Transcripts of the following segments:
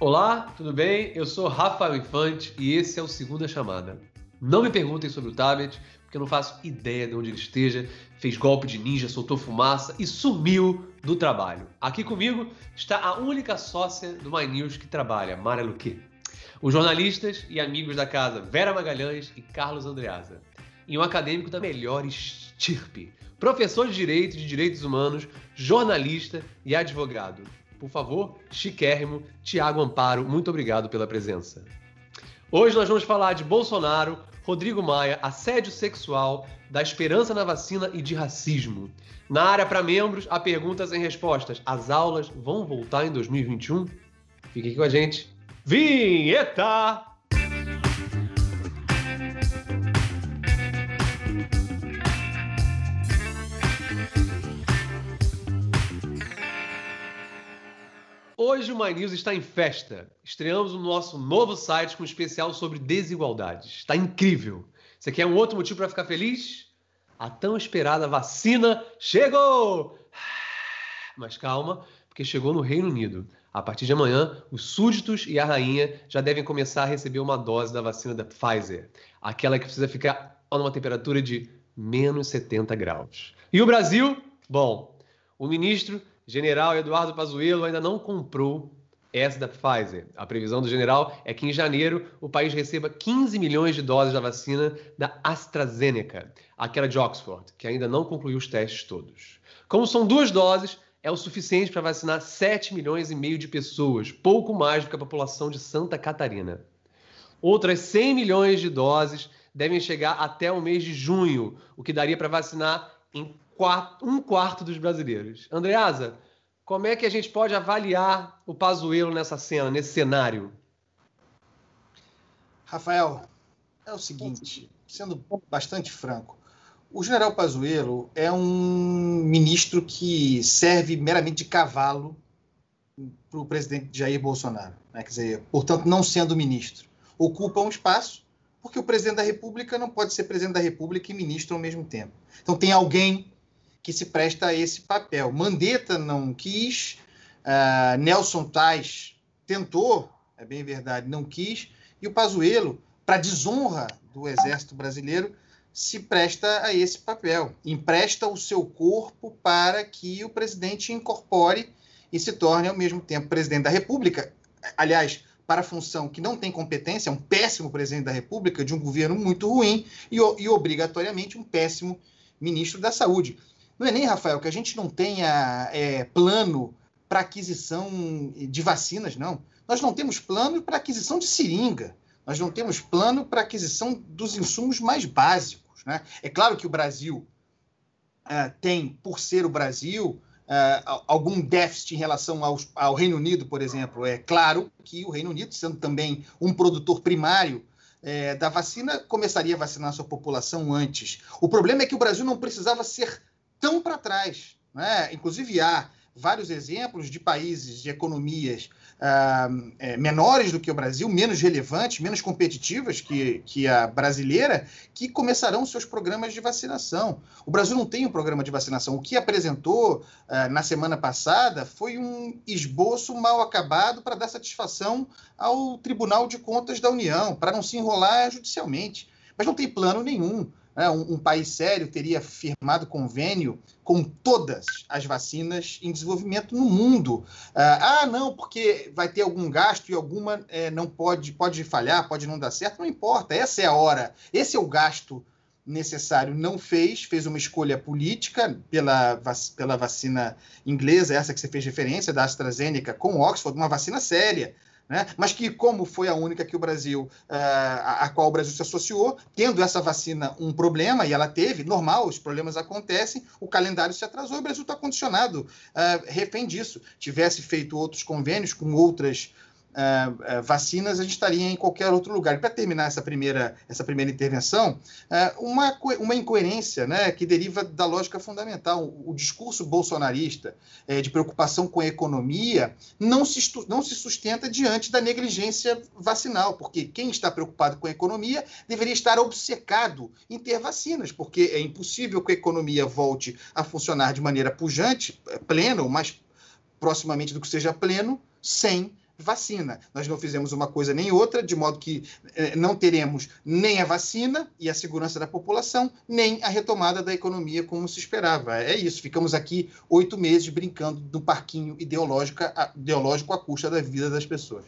Olá, tudo bem? Eu sou Rafael Infante e esse é o Segunda Chamada. Não me perguntem sobre o tablet, porque eu não faço ideia de onde ele esteja, fez golpe de ninja, soltou fumaça e sumiu do trabalho. Aqui comigo está a única sócia do My News que trabalha, Mara Luque. Os jornalistas e amigos da casa Vera Magalhães e Carlos Andreasa. E um acadêmico da melhor estirpe, professor de Direitos Humanos, jornalista e advogado. Por favor, chiquérrimo, Tiago Amparo, muito obrigado pela presença. Hoje nós vamos falar de Bolsonaro, Rodrigo Maia, assédio sexual, da esperança na vacina e de racismo. Na área para membros, há perguntas e respostas. As aulas vão voltar em 2021? Fique aqui com a gente. Vinheta! Hoje o My News está em festa. Estreamos o nosso novo site com um especial sobre desigualdades. Está incrível. Você quer um outro motivo para ficar feliz? A tão esperada vacina chegou! Mas calma, porque chegou no Reino Unido. A partir de amanhã, os súditos e a rainha já devem começar a receber uma dose da vacina da Pfizer. Aquela que precisa ficar a uma temperatura de menos 70 graus. E o Brasil? Bom, o ministro General Eduardo Pazuello ainda não comprou essa da Pfizer. A previsão do general é que em janeiro o país receba 15 milhões de doses da vacina da AstraZeneca, aquela de Oxford, que ainda não concluiu os testes todos. Como são 2 doses, é o suficiente para vacinar 7 milhões e meio de pessoas, pouco mais do que a população de Santa Catarina. Outras 100 milhões de doses devem chegar até o mês de junho, o que daria para vacinar em um quarto dos brasileiros. Andreasa, como é que a gente pode avaliar o Pazuello nessa cena, nesse cenário? Rafael, é o seguinte, sendo bastante franco, o general Pazuello é um ministro que serve meramente de cavalo para o presidente Jair Bolsonaro, né? Quer dizer, portanto, não sendo ministro, ocupa um espaço, porque o presidente da República não pode ser presidente da República e ministro ao mesmo tempo. Então tem alguém que se presta a esse papel. Mandetta não quis, Nelson Tais tentou, é bem verdade, não quis, e o Pazuello, para desonra do Exército Brasileiro, se presta a esse papel, empresta o seu corpo para que o presidente incorpore e se torne ao mesmo tempo presidente da República, aliás, para a função que não tem competência, é um péssimo presidente da República, de um governo muito ruim e obrigatoriamente um péssimo ministro da Saúde. Não é nem, Rafael, que a gente não tenha plano para aquisição de vacinas, não. Nós não temos plano para aquisição de seringa. Nós não temos plano para aquisição dos insumos mais básicos, né? É claro que o Brasil tem, por ser o Brasil, algum déficit em relação ao Reino Unido, por exemplo. É claro que o Reino Unido, sendo também um produtor primário da vacina, começaria a vacinar a sua população antes. O problema é que o Brasil não precisava ser tão para trás, né? Inclusive, há vários exemplos de países, de economias menores do que o Brasil, menos relevantes, menos competitivas que a brasileira, que começarão seus programas de vacinação. O Brasil não tem um programa de vacinação. O que apresentou na semana passada foi um esboço mal acabado para dar satisfação ao Tribunal de Contas da União, para não se enrolar judicialmente. Mas não tem plano nenhum. Um país sério teria firmado convênio com todas as vacinas em desenvolvimento no mundo. Não, porque vai ter algum gasto e alguma não pode falhar, pode não dar certo, não importa. Essa é a hora, esse é o gasto necessário. Não fez uma escolha política pela vacina inglesa, essa que você fez referência, da AstraZeneca com Oxford, uma vacina séria, né? Mas que, como foi a única que o Brasil, a qual o Brasil se associou, tendo essa vacina um problema, e ela teve, normal, os problemas acontecem, o calendário se atrasou, o Brasil está condicionado, refém disso. Tivesse feito outros convênios com outras vacinas, a gente estaria em qualquer outro lugar. Para terminar essa primeira intervenção, uma incoerência, né, que deriva da lógica fundamental. O discurso bolsonarista de preocupação com a economia não se sustenta diante da negligência vacinal, porque quem está preocupado com a economia deveria estar obcecado em ter vacinas, porque é impossível que a economia volte a funcionar de maneira pujante, plena, ou mais proximamente do que seja pleno, sem vacina. Nós não fizemos uma coisa nem outra, de modo que não teremos nem a vacina e a segurança da população, nem a retomada da economia como se esperava. É isso, ficamos aqui 8 meses brincando no parquinho ideológico à custa da vida das pessoas.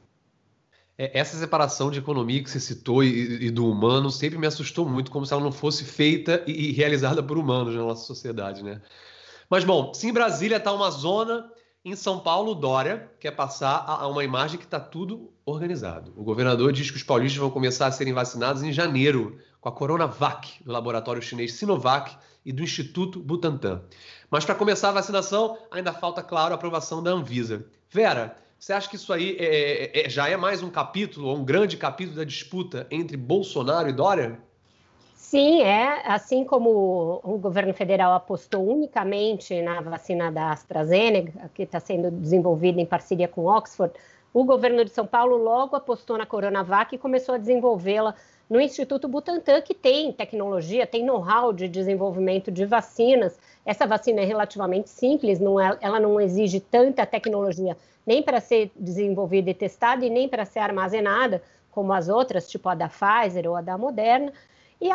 Essa separação de economia que você citou e do humano sempre me assustou muito, como se ela não fosse feita e realizada por humanos na nossa sociedade, né? Mas, bom, se em Brasília está uma zona, em São Paulo, o Dória quer passar a uma imagem que está tudo organizado. O governador diz que os paulistas vão começar a serem vacinados em janeiro com a Coronavac, do laboratório chinês Sinovac e do Instituto Butantan. Mas para começar a vacinação, ainda falta, claro, a aprovação da Anvisa. Vera, você acha que isso aí já é mais um capítulo, ou um grande capítulo da disputa entre Bolsonaro e Dória? Sim, assim como o governo federal apostou unicamente na vacina da AstraZeneca, que está sendo desenvolvida em parceria com Oxford, o governo de São Paulo logo apostou na Coronavac e começou a desenvolvê-la no Instituto Butantan, que tem tecnologia, tem know-how de desenvolvimento de vacinas. Essa vacina é relativamente simples, ela não exige tanta tecnologia nem para ser desenvolvida e testada e nem para ser armazenada, como as outras, tipo a da Pfizer ou a da Moderna. E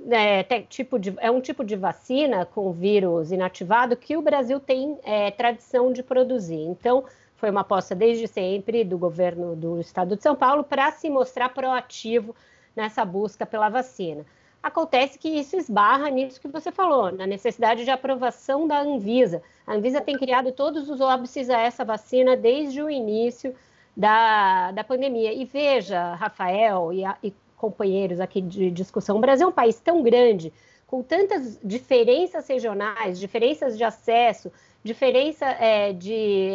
é um tipo de vacina com vírus inativado que o Brasil tem tradição de produzir. Então, foi uma aposta desde sempre do governo do estado de São Paulo para se mostrar proativo nessa busca pela vacina. Acontece que isso esbarra nisso que você falou, na necessidade de aprovação da Anvisa. A Anvisa tem criado todos os óbices a essa vacina desde o início da pandemia. E veja, Rafael e companheiros aqui de discussão, o Brasil é um país tão grande, com tantas diferenças regionais, diferenças de acesso, diferença de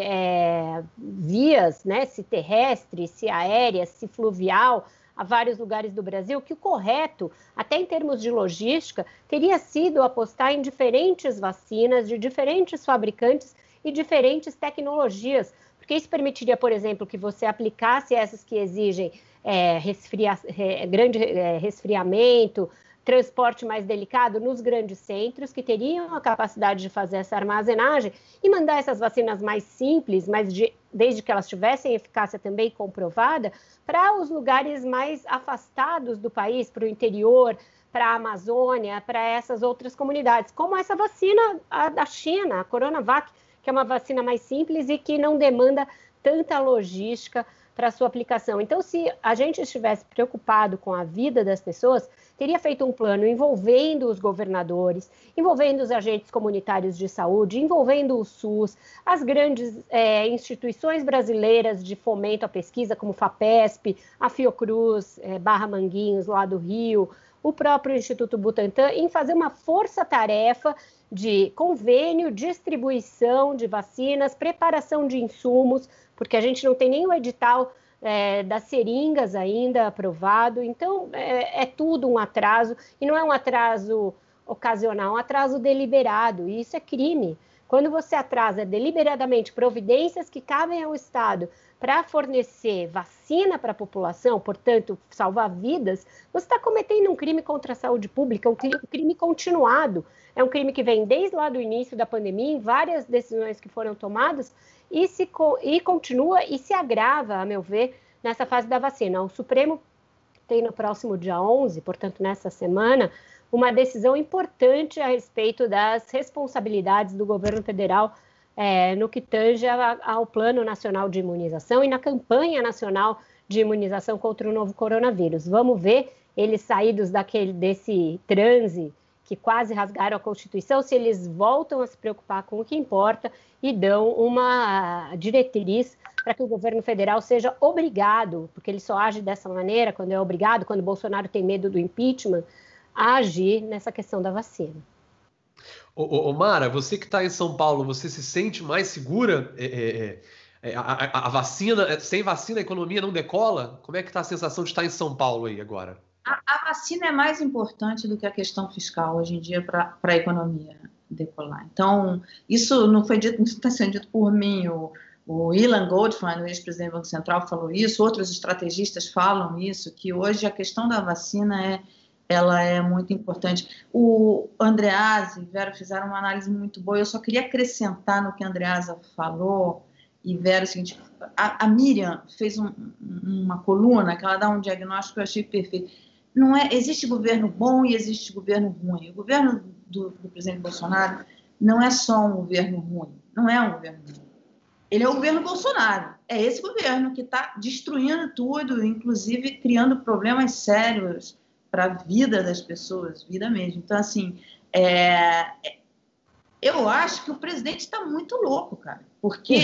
vias, né, se terrestre, se aérea, se fluvial, a vários lugares do Brasil, que o correto, até em termos de logística, teria sido apostar em diferentes vacinas de diferentes fabricantes e diferentes tecnologias, porque isso permitiria, por exemplo, que você aplicasse essas que exigem grande resfriamento, transporte mais delicado nos grandes centros, que teriam a capacidade de fazer essa armazenagem e mandar essas vacinas mais simples, mas desde que elas tivessem eficácia também comprovada, para os lugares mais afastados do país, para o interior, para a Amazônia, para essas outras comunidades, como essa vacina da China, a Coronavac, que é uma vacina mais simples e que não demanda tanta logística para a sua aplicação. Então, se a gente estivesse preocupado com a vida das pessoas, teria feito um plano envolvendo os governadores, envolvendo os agentes comunitários de saúde, envolvendo o SUS, as grandes instituições brasileiras de fomento à pesquisa, como FAPESP, a Fiocruz, Barra Manguinhos, lá do Rio, o próprio Instituto Butantan, em fazer uma força-tarefa de convênio, distribuição de vacinas, preparação de insumos, porque a gente não tem nem o edital das seringas ainda aprovado, então é tudo um atraso, e não é um atraso ocasional, é um atraso deliberado, e isso é crime. Quando você atrasa deliberadamente providências que cabem ao Estado para fornecer vacina para a população, portanto, salvar vidas, você está cometendo um crime contra a saúde pública, um crime continuado. É um crime que vem desde lá do início da pandemia, em várias decisões que foram tomadas, e continua e se agrava, a meu ver, nessa fase da vacina. O Supremo tem no próximo dia 11, portanto, nessa semana, uma decisão importante a respeito das responsabilidades do governo federal no que tange ao Plano Nacional de Imunização e na campanha nacional de imunização contra o novo coronavírus. Vamos ver eles saídos desse transe que quase rasgaram a Constituição, se eles voltam a se preocupar com o que importa e dão uma diretriz para que o governo federal seja obrigado, porque ele só age dessa maneira quando é obrigado, quando o Bolsonaro tem medo do impeachment, a agir nessa questão da vacina. Mara, você que está em São Paulo, você se sente mais segura? A vacina, sem vacina a economia não decola? Como é que está a sensação de estar em São Paulo aí agora? A vacina é mais importante do que a questão fiscal hoje em dia para a economia decolar. Então, isso não está sendo dito por mim. O Ilan Goldfein, o ex-presidente do Banco Central, falou isso, outros estrategistas falam isso, que hoje a questão da vacina ela é muito importante. O Andreasa e Vera fizeram uma análise muito boa, eu só queria acrescentar no que a Andreasa falou, e ver o seguinte, a Miriam fez uma coluna que ela dá um diagnóstico que eu achei perfeito. Não é, existe governo bom e existe governo ruim. O governo do presidente Bolsonaro não é só um governo ruim, não é um governo ruim. Ele é o governo Bolsonaro. É esse governo que está destruindo tudo, inclusive criando problemas sérios para a vida das pessoas, vida mesmo. Então, assim, eu acho que o presidente está muito louco, cara, porque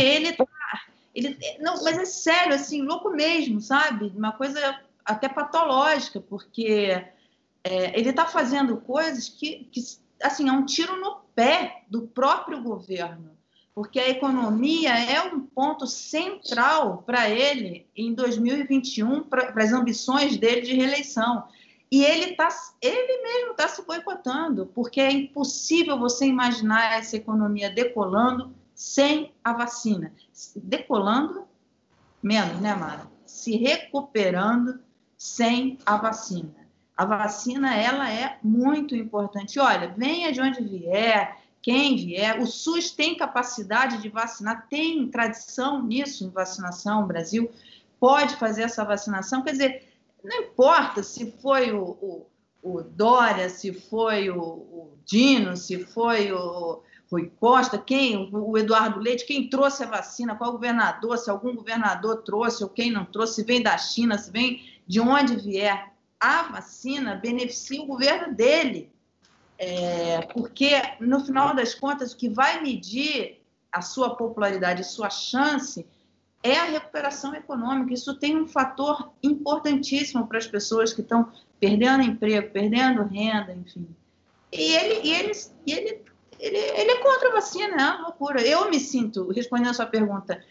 não, mas é sério, assim, louco mesmo, sabe? Uma coisa até patológica, porque ele está fazendo coisas que, assim, é um tiro no pé do próprio governo, porque a economia é um ponto central para ele em 2021, para as ambições dele de reeleição. E ele mesmo está se boicotando, porque é impossível você imaginar essa economia decolando sem a vacina. Decolando, menos, né, Mara? Se recuperando sem a vacina. A vacina, ela é muito importante. Olha, venha de onde vier, quem vier, o SUS tem capacidade de vacinar, tem tradição nisso, em vacinação, o Brasil pode fazer essa vacinação, quer dizer, não importa se foi o Dória, se foi o Dino, se foi o Rui Costa, o Eduardo Leite, quem trouxe a vacina, qual governador, se algum governador trouxe ou quem não trouxe, se vem da China, se vem de onde vier, a vacina beneficia o governo dele. Porque, no final das contas, o que vai medir a sua popularidade, sua chance, é a recuperação econômica. Isso tem um fator importantíssimo para as pessoas que estão perdendo emprego, perdendo renda, enfim. E ele é contra a vacina, é uma loucura. Eu me sinto, respondendo a sua pergunta,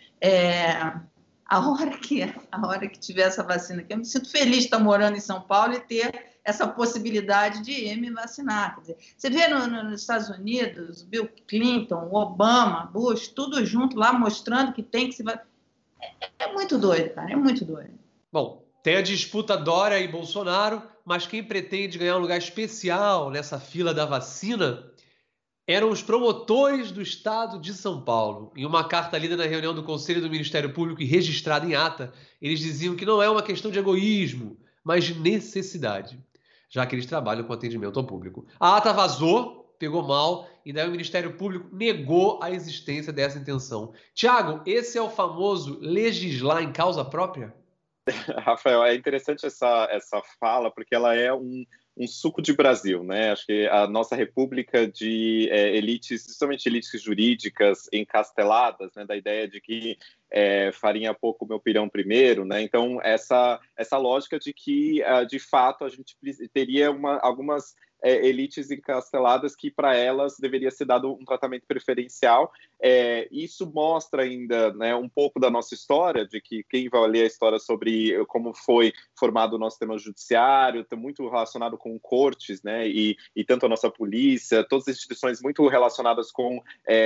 a hora que tiver essa vacina aqui, eu me sinto feliz de estar morando em São Paulo e ter essa possibilidade de ir me vacinar. Quer dizer, você vê nos Estados Unidos, Bill Clinton, Obama, Bush, tudo junto lá mostrando que tem que se vacinar. É muito doido, cara, é muito doido. Bom, tem a disputa Dória e Bolsonaro, mas quem pretende ganhar um lugar especial nessa fila da vacina eram os promotores do Estado de São Paulo. Em uma carta lida na reunião do Conselho do Ministério Público e registrada em ata, eles diziam que não é uma questão de egoísmo, mas de necessidade, já que eles trabalham com atendimento ao público. A ata vazou, pegou mal, e daí o Ministério Público negou a existência dessa intenção. Tiago, esse é o famoso legislar em causa própria? Rafael, é interessante essa fala, porque ela é um suco de Brasil, né? Acho que a nossa república de elites, principalmente elites jurídicas encasteladas, né? Da ideia de que farinha pouco, meu pirão primeiro, né? Então, essa lógica de que, de fato, a gente teria algumas elites encasteladas que, para elas, deveria ser dado um tratamento preferencial. Isso mostra ainda, né, um pouco da nossa história, de que quem vai ler a história sobre como foi formado o nosso sistema judiciário, está muito relacionado com cortes, né, e tanto a nossa polícia, todas as instituições muito relacionadas com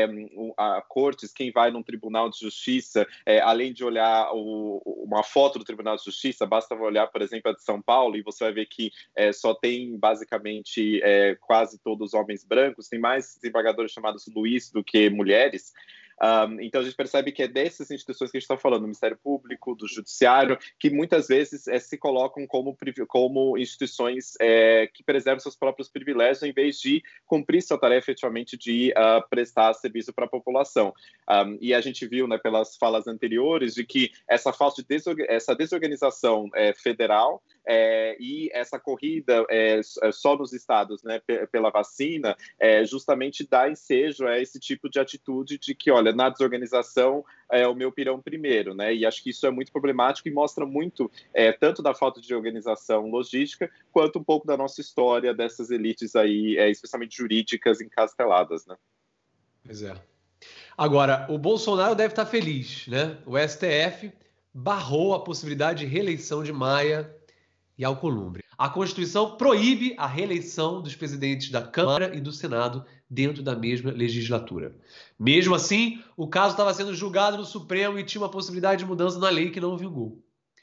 a cortes, quem vai num tribunal de justiça, além de olhar uma foto do Tribunal de Justiça, basta olhar, por exemplo, a de São Paulo, e você vai ver que só tem, basicamente, quase todos homens brancos, tem mais desembargadores chamados Luiz do que mulheres. Então a gente percebe que é dessas instituições que a gente está falando, do Ministério Público, do Judiciário, que muitas vezes se colocam como instituições que preservam seus próprios privilégios, em vez de cumprir sua tarefa efetivamente de prestar serviço para a população. E a gente viu, né, pelas falas anteriores, de que essa desorganização federal e essa corrida só nos estados, né, pela vacina, justamente dá ensejo a esse tipo de atitude de que, olha, na desorganização é o meu pirão primeiro, né? E acho que isso é muito problemático e mostra muito tanto da falta de organização logística, quanto um pouco da nossa história dessas elites aí, especialmente jurídicas, encasteladas, né? Pois é. Agora, o Bolsonaro deve estar feliz, né? O STF barrou a possibilidade de reeleição de Maia e Alcolumbre. A Constituição proíbe a reeleição dos presidentes da Câmara e do Senado dentro da mesma legislatura. Mesmo assim, o caso estava sendo julgado no Supremo e tinha uma possibilidade de mudança na lei que não vingou.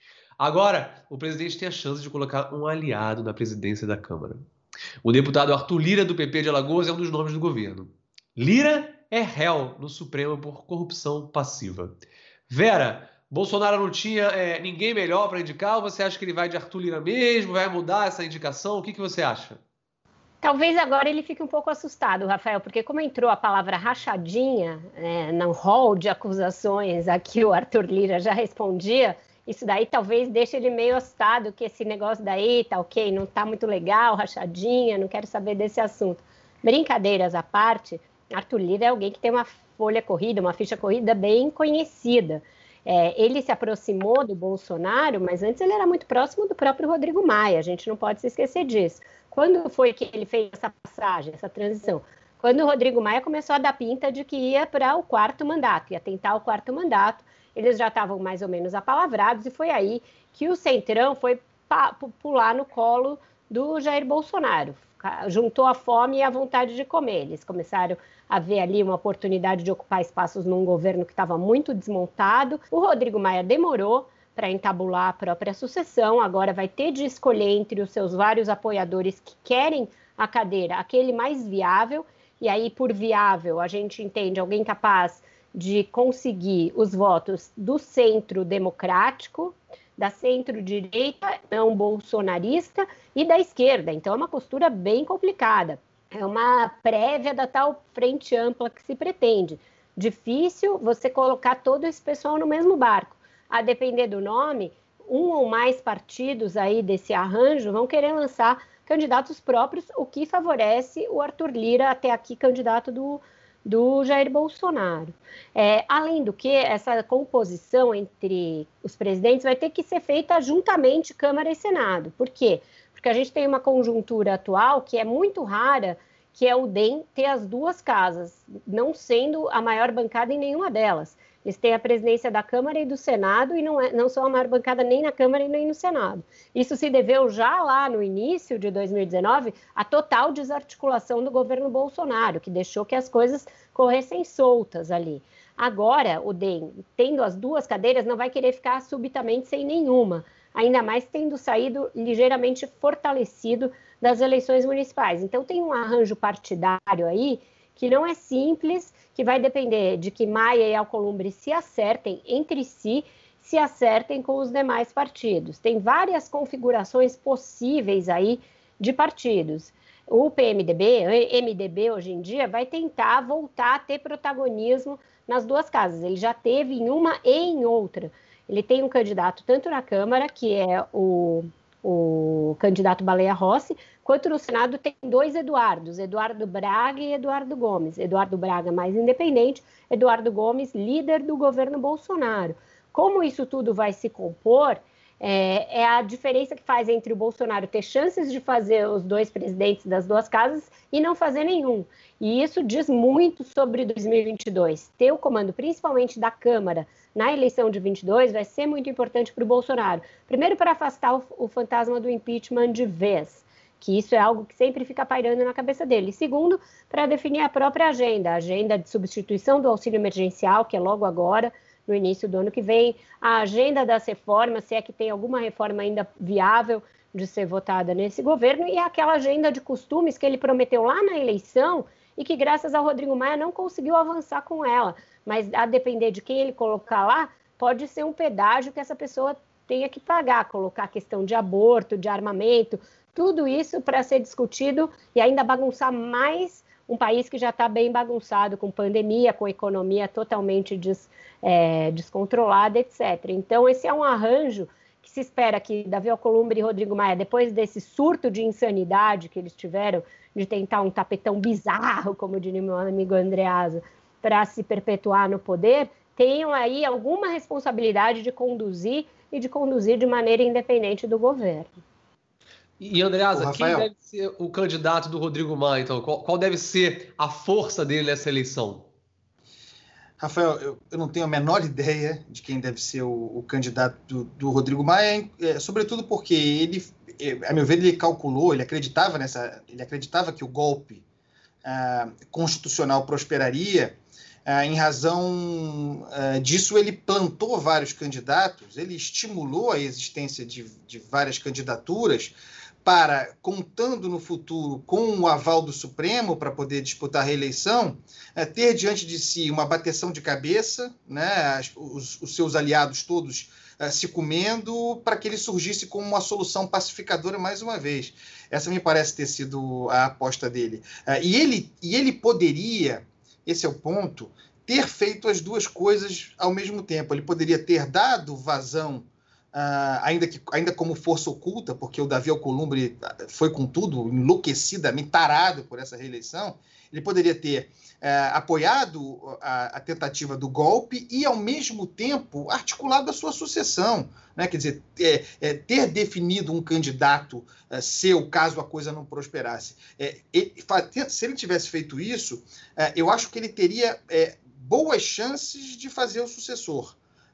Agora, o presidente tem a chance de colocar um aliado na presidência da Câmara. O deputado Arthur Lira, do PP de Alagoas, é um dos nomes do governo. Lira é réu no Supremo por corrupção passiva. Vera, Bolsonaro não tinha ninguém melhor para indicar, ou você acha que ele vai de Arthur Lira mesmo, vai mudar essa indicação? O que você acha? Talvez agora ele fique um pouco assustado, Rafael, porque como entrou a palavra rachadinha no hall de acusações a que o Arthur Lira já respondia, isso daí talvez deixe ele meio assustado, que esse negócio daí tá ok, não tá muito legal, rachadinha, não quero saber desse assunto. Brincadeiras à parte, Arthur Lira é alguém que tem uma folha corrida, uma ficha corrida bem conhecida. Ele se aproximou do Bolsonaro, mas antes ele era muito próximo do próprio Rodrigo Maia, a gente não pode se esquecer disso. Quando foi que ele fez essa passagem, essa transição? Quando o Rodrigo Maia começou a dar pinta de que ia para o 4º mandato, ia tentar o 4º mandato, eles já estavam mais ou menos apalavrados e foi aí que o Centrão foi pular no colo do Jair Bolsonaro. Juntou a fome e a vontade de comer. Eles começaram a ver ali uma oportunidade de ocupar espaços num governo que estava muito desmontado. O Rodrigo Maia demorou para entabular a própria sucessão, agora vai ter de escolher entre os seus vários apoiadores que querem a cadeira aquele mais viável, e aí por viável a gente entende alguém capaz de conseguir os votos do centro democrático, da centro-direita não bolsonarista e da esquerda. Então é uma costura bem complicada. É uma prévia da tal frente ampla que se pretende. Difícil você colocar todo esse pessoal no mesmo barco. A depender do nome, um ou mais partidos aí desse arranjo vão querer lançar candidatos próprios, o que favorece o Arthur Lira, até aqui candidato do Jair Bolsonaro. Além do que, essa composição entre os presidentes vai ter que ser feita juntamente Câmara e Senado. Por quê? Porque a gente tem uma conjuntura atual que é muito rara, que é o DEM ter as duas casas, não sendo a maior bancada em nenhuma delas. Eles têm a presidência da Câmara e do Senado e não são a maior bancada nem na Câmara e nem no Senado. Isso se deveu já lá no início de 2019 à total desarticulação do governo Bolsonaro, que deixou que as coisas corressem soltas ali. Agora, o DEM, tendo as duas cadeiras, não vai querer ficar subitamente sem nenhuma, ainda mais tendo saído ligeiramente fortalecido das eleições municipais. Então, tem um arranjo partidário aí que não é simples, que vai depender de que Maia e Alcolumbre se acertem entre si, se acertem com os demais partidos. Tem várias configurações possíveis aí de partidos. O MDB hoje em dia, vai tentar voltar a ter protagonismo nas duas casas. Ele já teve em uma e em outra. Ele tem um candidato tanto na Câmara, que é o candidato Baleia Rossi, quanto no Senado tem dois Eduardos, Eduardo Braga e Eduardo Gomes. Eduardo Braga mais independente, Eduardo Gomes líder do governo Bolsonaro. Como isso tudo vai se compor, é a diferença que faz entre o Bolsonaro ter chances de fazer os dois presidentes das duas casas e não fazer nenhum. E isso diz muito sobre 2022. Ter o comando, principalmente da Câmara, na eleição de 22, vai ser muito importante para o Bolsonaro. Primeiro, para afastar o fantasma do impeachment de vez, que isso é algo que sempre fica pairando na cabeça dele. Segundo, para definir a própria agenda, a agenda de substituição do auxílio emergencial, que é logo agora, no início do ano que vem, a agenda das reformas, se é que tem alguma reforma ainda viável de ser votada nesse governo, e aquela agenda de costumes que ele prometeu lá na eleição e que, graças ao Rodrigo Maia, não conseguiu avançar com ela. Mas, a depender de quem ele colocar lá, pode ser um pedágio que essa pessoa tenha que pagar, colocar a questão de aborto, de armamento, tudo isso para ser discutido e ainda bagunçar mais um país que já está bem bagunçado, com pandemia, com economia totalmente descontrolada, etc. Então, esse é um arranjo que se espera que Davi Alcolumbre e Rodrigo Maia, depois desse surto de insanidade que eles tiveram, de tentar um tapetão bizarro, como diria meu amigo Andreasa, para se perpetuar no poder, tenham aí alguma responsabilidade de conduzir e de conduzir de maneira independente do governo. E Andreasa, quem deve ser o candidato do Rodrigo Maia, então? Qual deve ser a força dele nessa eleição? Rafael, eu não tenho a menor ideia de quem deve ser o candidato do Rodrigo Maia, sobretudo porque ele, a meu ver, ele calculou, ele acreditava que o golpe constitucional prosperaria. Em razão disso, ele plantou vários candidatos, ele estimulou a existência de várias candidaturas, para, contando no futuro com o aval do Supremo para poder disputar a reeleição, ter diante de si uma bateção de cabeça, né, os seus aliados todos se comendo, para que ele surgisse como uma solução pacificadora mais uma vez. Essa me parece ter sido a aposta dele. E ele poderia, esse é o ponto, ter feito as duas coisas ao mesmo tempo. Ele poderia ter dado vazão, ainda como força oculta, porque o Davi Alcolumbre foi com tudo, enlouquecidamente tarado por essa reeleição. Ele poderia ter apoiado a tentativa do golpe e, ao mesmo tempo, articulado a sua sucessão, né? Quer dizer, ter definido um candidato seu, caso a coisa não prosperasse. Se ele tivesse feito isso, eu acho que ele teria boas chances de fazer o sucessor.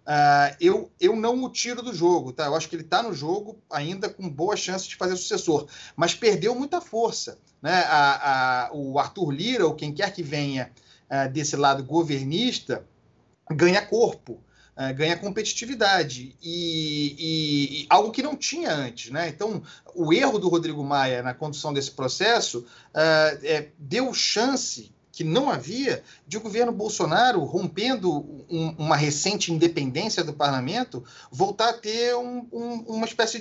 Eu não o tiro do jogo, tá? Eu acho que ele está no jogo ainda com boas chances de fazer o sucessor, mas perdeu muita força, né? O Arthur Lira, ou quem quer que venha desse lado governista, ganha corpo, ganha competitividade, e algo que não tinha antes, né? Então, o erro do Rodrigo Maia na condução desse processo deu chance, que não havia, de o governo Bolsonaro, rompendo uma recente independência do parlamento, voltar a ter uma espécie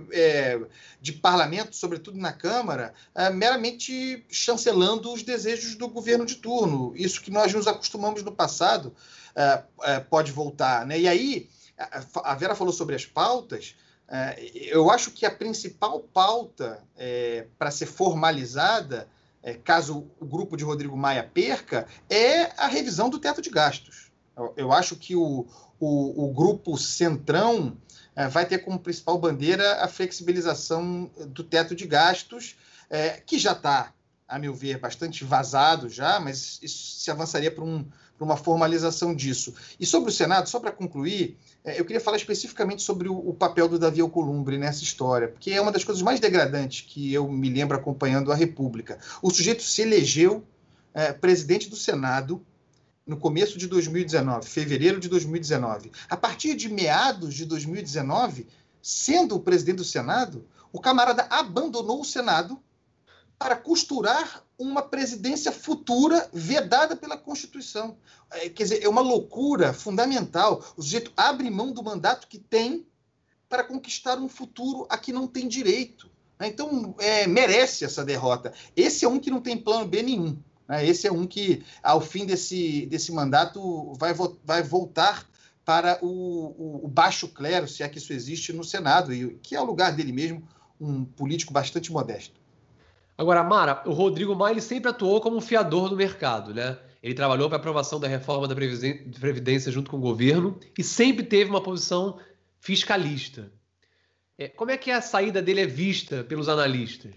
de parlamento, sobretudo na Câmara, meramente chancelando os desejos do governo de turno. Isso que nós nos acostumamos no passado pode voltar, né? E aí, a Vera falou sobre as pautas. Eu acho que a principal pauta para ser formalizada, caso o grupo de Rodrigo Maia perca, é a revisão do teto de gastos. Eu acho que o grupo Centrão vai ter como principal bandeira a flexibilização do teto de gastos, que já está, a meu ver, bastante vazado já, mas isso se avançaria para uma formalização disso. E sobre o Senado, só para concluir, eu queria falar especificamente sobre o papel do Davi Alcolumbre nessa história, porque é uma das coisas mais degradantes que eu me lembro acompanhando a República. O sujeito se elegeu presidente do Senado no começo de 2019, fevereiro de 2019. A partir de meados de 2019, sendo o presidente do Senado, o camarada abandonou o Senado para costurar uma presidência futura vedada pela Constituição. Quer dizer, é uma loucura fundamental. O sujeito abre mão do mandato que tem para conquistar um futuro a que não tem direito. Então, merece essa derrota. Esse é um que não tem plano B nenhum. Esse é um que, ao fim desse mandato, vai voltar para o baixo clero, se é que isso existe no Senado, que é o lugar dele mesmo, um político bastante modesto. Agora, Mara, o Rodrigo Maia ele sempre atuou como um fiador do mercado, né? Ele trabalhou para a aprovação da reforma da Previdência junto com o governo e sempre teve uma posição fiscalista. Como é que a saída dele é vista pelos analistas?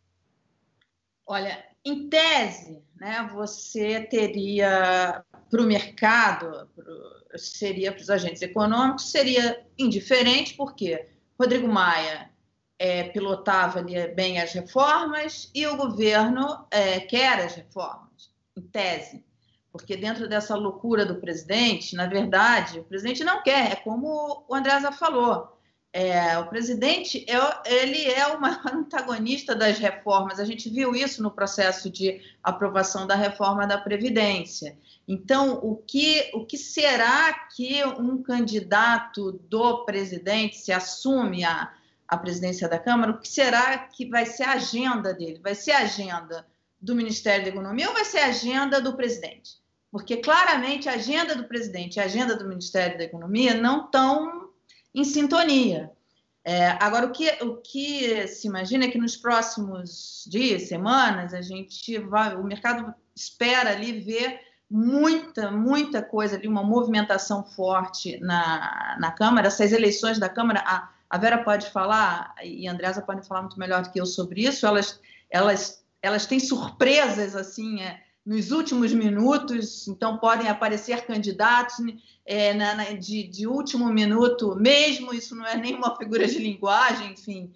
Olha, em tese, né, você teria para o mercado, seria para os agentes econômicos, seria indiferente, porque Rodrigo Maia pilotava ali bem as reformas e o governo quer as reformas, em tese. Porque dentro dessa loucura do presidente, na verdade, o presidente não quer, é como o Andresa falou. O presidente ele é o maior antagonista das reformas. A gente viu isso no processo de aprovação da reforma da Previdência. Então, o que será que um candidato do presidente se assume a presidência da Câmara, o que será que vai ser a agenda dele? Vai ser a agenda do Ministério da Economia ou vai ser a agenda do presidente? Porque, claramente, a agenda do presidente e a agenda do Ministério da Economia não estão em sintonia. Agora, o que se imagina é que nos próximos dias, semanas, o mercado espera ali ver muita coisa ali, uma movimentação forte na Câmara. Essas eleições da Câmara, a Vera pode falar, e a Andresa pode falar muito melhor do que eu sobre isso, elas têm surpresas, assim, nos últimos minutos, então podem aparecer candidatos de último minuto mesmo, isso não é nenhuma figura de linguagem, enfim.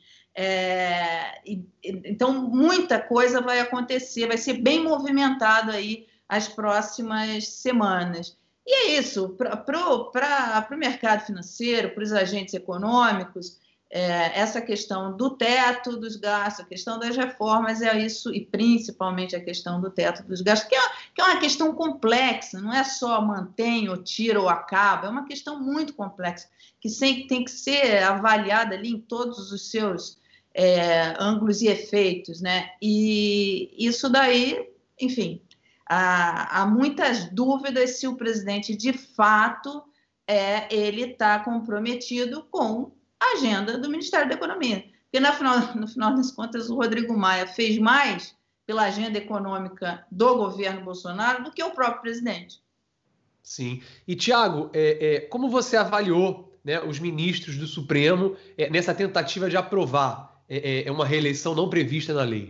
Então, muita coisa vai acontecer, vai ser bem movimentado aí as próximas semanas. E é isso, para o mercado financeiro, para os agentes econômicos, essa questão do teto dos gastos, a questão das reformas, isso, e principalmente a questão do teto dos gastos, que é uma questão complexa, não é só mantém, ou tira, ou acaba, é uma questão muito complexa, que sempre tem que ser avaliada ali em todos os seus ângulos e efeitos, né? E isso daí, enfim, há muitas dúvidas se o presidente, de fato, ele está comprometido com a agenda do Ministério da Economia. Porque, no final das contas, o Rodrigo Maia fez mais pela agenda econômica do governo Bolsonaro do que o próprio presidente. Sim. E, Tiago, como você avaliou, né, os ministros do Supremo nessa tentativa de aprovar uma reeleição não prevista na lei?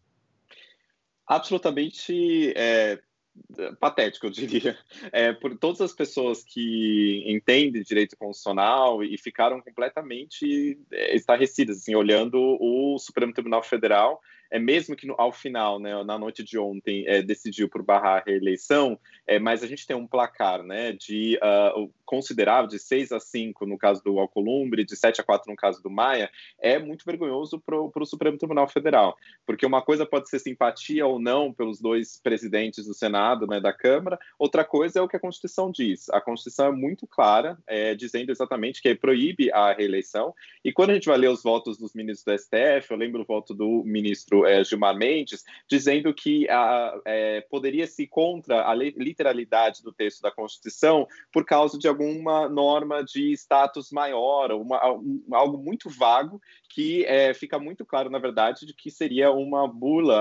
Absolutamente patético, eu diria, por todas as pessoas que entendem direito constitucional e ficaram completamente estarrecidas, assim, olhando o Supremo Tribunal Federal, mesmo que ao final, né, na noite de ontem, decidiu por barrar a reeleição, mas a gente tem um placar, né, de considerável, de 6-5 no caso do Alcolumbre, de 7-4 no caso do Maia, é muito vergonhoso para o Supremo Tribunal Federal, porque uma coisa pode ser simpatia ou não pelos dois presidentes do Senado, né, da Câmara, outra coisa é o que a Constituição diz. A Constituição é muito clara, dizendo exatamente que proíbe a reeleição, e quando a gente vai ler os votos dos ministros do STF, eu lembro o voto do ministro Gilmar Mendes, dizendo que poderia-se ir contra a literalidade do texto da Constituição por causa de alguma norma de status maior, algo muito vago, que fica muito claro, na verdade, de que seria uma bula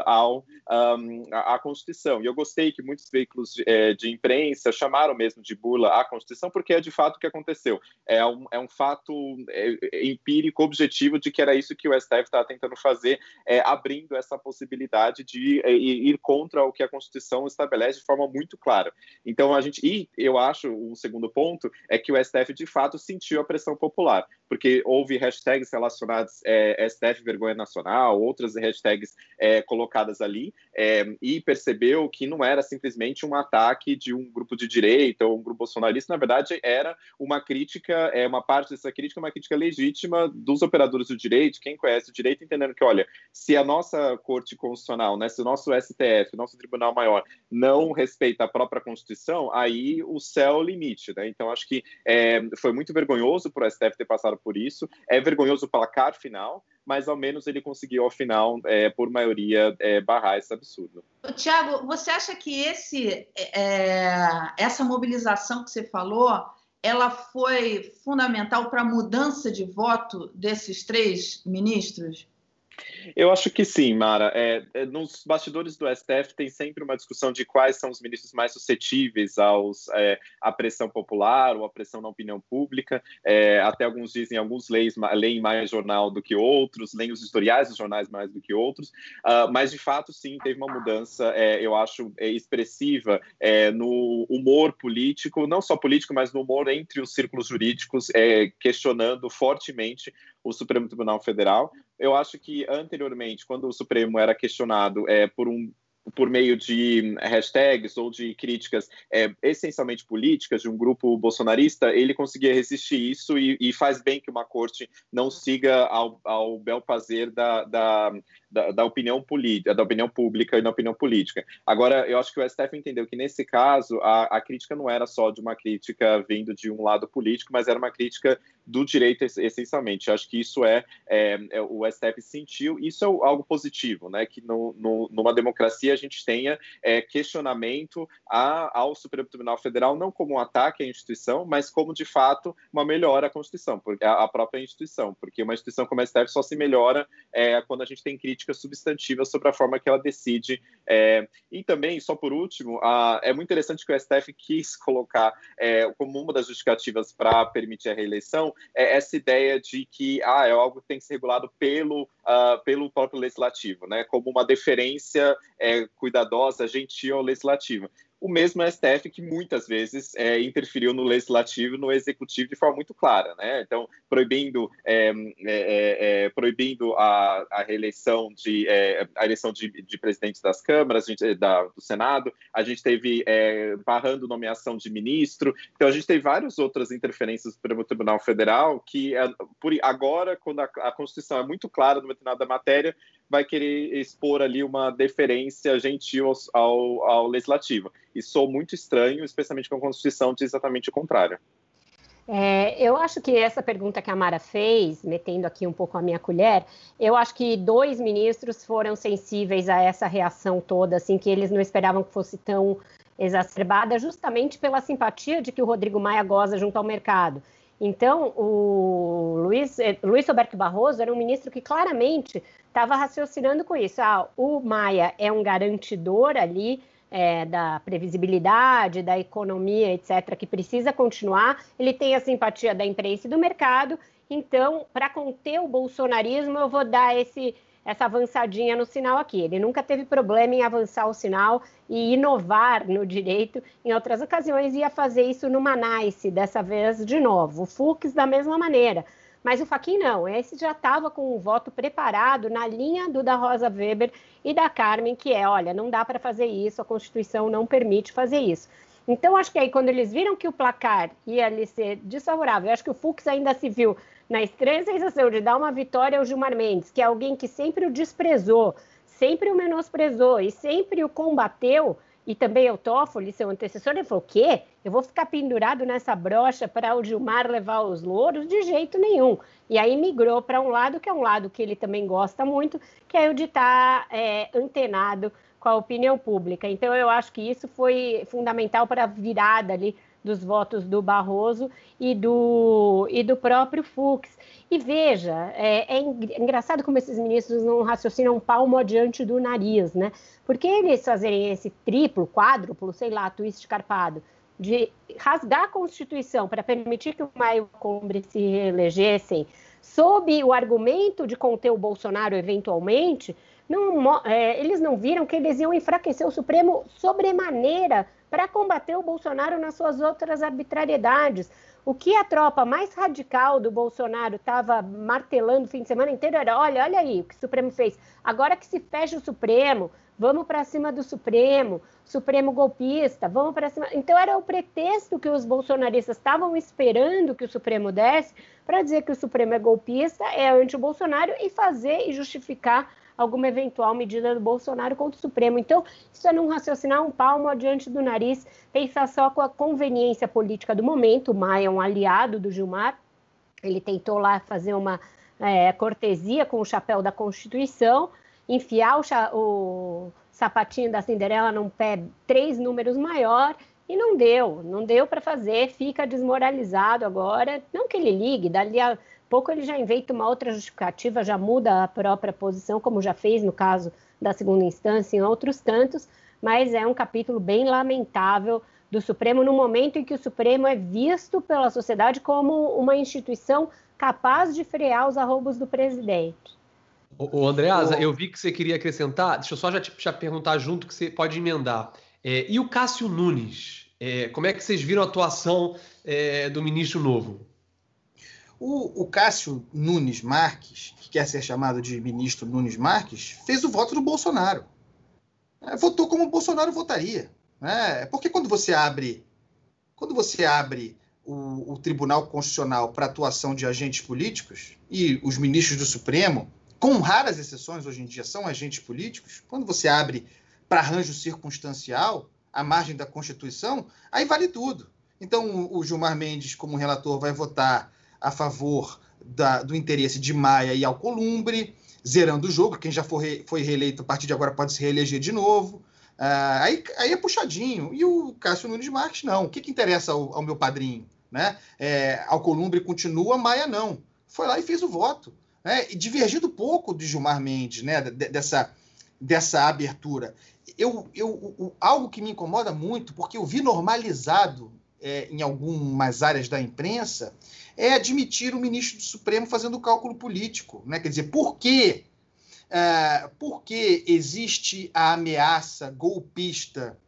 à Constituição. E eu gostei que muitos veículos de imprensa chamaram mesmo de bula à Constituição, porque é de fato o que aconteceu. É um fato empírico, objetivo, de que era isso que o STF estava tentando fazer, abrindo essa possibilidade de ir contra o que a Constituição estabelece de forma muito clara. Então, eu acho, o segundo ponto, é que o STF, de fato, sentiu a pressão popular, porque houve hashtags relacionadas STF Vergonha Nacional, outras hashtags colocadas ali, e percebeu que não era simplesmente um ataque de um grupo de direita ou um grupo bolsonarista, na verdade, era uma crítica, uma parte dessa crítica, uma crítica legítima dos operadores do direito, quem conhece o direito, entendendo que, olha, se a nossa Corte Constitucional, né, se o nosso STF, o nosso Tribunal Maior, não respeita a própria Constituição, aí o céu é o limite, né? Então, acho que foi muito vergonhoso para o STF ter passado por isso, é vergonhoso o placar final, mas ao menos ele conseguiu, ao final, por maioria, barrar esse absurdo. Tiago, você acha que essa mobilização que você falou, ela foi fundamental para a mudança de voto desses 3 ministros? Eu acho que sim, Mara. Nos bastidores do STF tem sempre uma discussão de quais são os ministros mais suscetíveis à pressão popular ou à pressão na opinião pública. Até alguns dizem, alguns leem mais jornal do que outros, leem os historiais dos jornais mais do que outros, mas de fato sim, teve uma mudança, eu acho, expressiva no humor político, não só político, mas no humor entre os círculos jurídicos, questionando fortemente o Supremo Tribunal Federal. Eu acho que anteriormente, quando o Supremo era questionado por meio de hashtags ou de críticas essencialmente políticas de um grupo bolsonarista, ele conseguia resistir isso e faz bem que uma corte não siga ao bel prazer da opinião política, da opinião pública e da opinião política. Agora, eu acho que o STF entendeu que, nesse caso, a crítica não era só de uma crítica vindo de um lado político, mas era uma crítica do direito, essencialmente. Eu acho que isso o STF sentiu, isso é algo positivo, né? Que numa democracia a gente tenha questionamento ao Supremo Tribunal Federal, não como um ataque à instituição, mas como, de fato, uma melhora à Constituição, porque a própria instituição, porque uma instituição como a STF só se melhora quando a gente tem críticas substantivas sobre a forma que ela decide. E também, só por último, é muito interessante que o STF quis colocar como uma das justificativas para permitir a reeleição essa ideia de que é algo que tem que ser regulado pelo próprio legislativo, né? Como uma deferência cuidadosa, gentil ao legislativo. o mesmo STF que muitas vezes interferiu no legislativo e no executivo de forma muito clara, né? Então, proibindo a reeleição a eleição de presidentes das câmaras, do Senado, a gente teve barrando nomeação de ministro, então a gente tem várias outras interferências do Supremo Tribunal Federal que, agora, quando a Constituição é muito clara numa determinada matéria, vai querer expor ali uma deferência gentil ao legislativo. E sou muito estranho, especialmente com a Constituição, diz exatamente o contrário. Eu acho que essa pergunta que a Mara fez, metendo aqui um pouco a minha colher, eu acho que 2 ministros foram sensíveis a essa reação toda, assim, que eles não esperavam que fosse tão exacerbada, justamente pela simpatia de que o Rodrigo Maia goza junto ao mercado. Então, o Luiz Roberto Barroso era um ministro que claramente estava raciocinando com isso. O Maia é um garantidor ali da previsibilidade, da economia, etc., que precisa continuar. Ele tem a simpatia da imprensa e do mercado. Então, para conter o bolsonarismo, eu vou dar essa avançadinha no sinal aqui. Ele nunca teve problema em avançar o sinal e inovar no direito. Em outras ocasiões, ia fazer isso no Nice, dessa vez de novo. O Fux, da mesma maneira. Mas o Fachin não, esse já estava com o voto preparado na linha do da Rosa Weber e da Carmen, que olha, não dá para fazer isso, a Constituição não permite fazer isso. Então, acho que aí, quando eles viram que o placar ia lhe ser desfavorável, acho que o Fux ainda se viu na estranha sensação de dar uma vitória ao Gilmar Mendes, que é alguém que sempre o desprezou, sempre o menosprezou e sempre o combateu, e também o Toffoli, seu antecessor, ele falou, o quê? Eu vou ficar pendurado nessa brocha para o Gilmar levar os louros? De jeito nenhum. E aí migrou para um lado, que é um lado que ele também gosta muito, que é o de estar antenado com a opinião pública. Então, eu acho que isso foi fundamental para a virada ali dos votos do Barroso e do próprio Fux. E veja, é engraçado como esses ministros não raciocinam um palmo adiante do nariz, né? Porque eles fazerem esse triplo, quádruplo, sei lá, twist carpado, de rasgar a Constituição para permitir que o Maia e o Alcolumbre se reelegessem, sob o argumento de conter o Bolsonaro eventualmente, eles não viram que eles iam enfraquecer o Supremo sobremaneira para combater o Bolsonaro nas suas outras arbitrariedades. O que a tropa mais radical do Bolsonaro estava martelando o fim de semana inteiro era, olha aí o que o Supremo fez. Agora que se fecha o Supremo, vamos para cima do Supremo golpista, vamos para cima. Então era o pretexto que os bolsonaristas estavam esperando que o Supremo desse para dizer que o Supremo é golpista, é anti-Bolsonaro e fazer e justificar alguma eventual medida do Bolsonaro contra o Supremo. Então, isso é não raciocinar um palmo adiante do nariz, pensar só com a conveniência política do momento. O Maia é um aliado do Gilmar, ele tentou lá fazer uma cortesia com o chapéu da Constituição, enfiar o sapatinho da Cinderela num pé 3 números maior, e não deu para fazer, fica desmoralizado agora. Não que ele ligue, dali a pouco ele já inventa uma outra justificativa, já muda a própria posição, como já fez no caso da segunda instância, em outros tantos, mas é um capítulo bem lamentável do Supremo, no momento em que o Supremo é visto pela sociedade como uma instituição capaz de frear os arroubos do presidente. Ô Andreasa, eu vi que você queria acrescentar, deixa eu só já perguntar junto que você pode emendar. E o Cássio Nunes? Como é que vocês viram a atuação do ministro novo? O Cássio Nunes Marques, que quer ser chamado de ministro Nunes Marques, fez o voto do Bolsonaro. Votou como o Bolsonaro votaria. Porque quando você abre o Tribunal Constitucional para atuação de agentes políticos, e os ministros do Supremo, com raras exceções hoje em dia, são agentes políticos, quando você abre para arranjo circunstancial, à margem da Constituição, aí vale tudo. Então, o Gilmar Mendes, como relator, vai votar a favor do interesse de Maia e Alcolumbre, zerando o jogo. Quem já foi reeleito a partir de agora pode se reeleger de novo. Aí é puxadinho. E o Cássio Nunes Marques, não. O que interessa ao meu padrinho? Né? Alcolumbre continua, Maia não. Foi lá e fez o voto. E divergindo pouco de Gilmar Mendes, né? dessa abertura. Algo que me incomoda muito, porque eu vi normalizado em algumas áreas da imprensa, é admitir o ministro do Supremo fazendo cálculo político. Né? Quer dizer, por que existe a ameaça golpista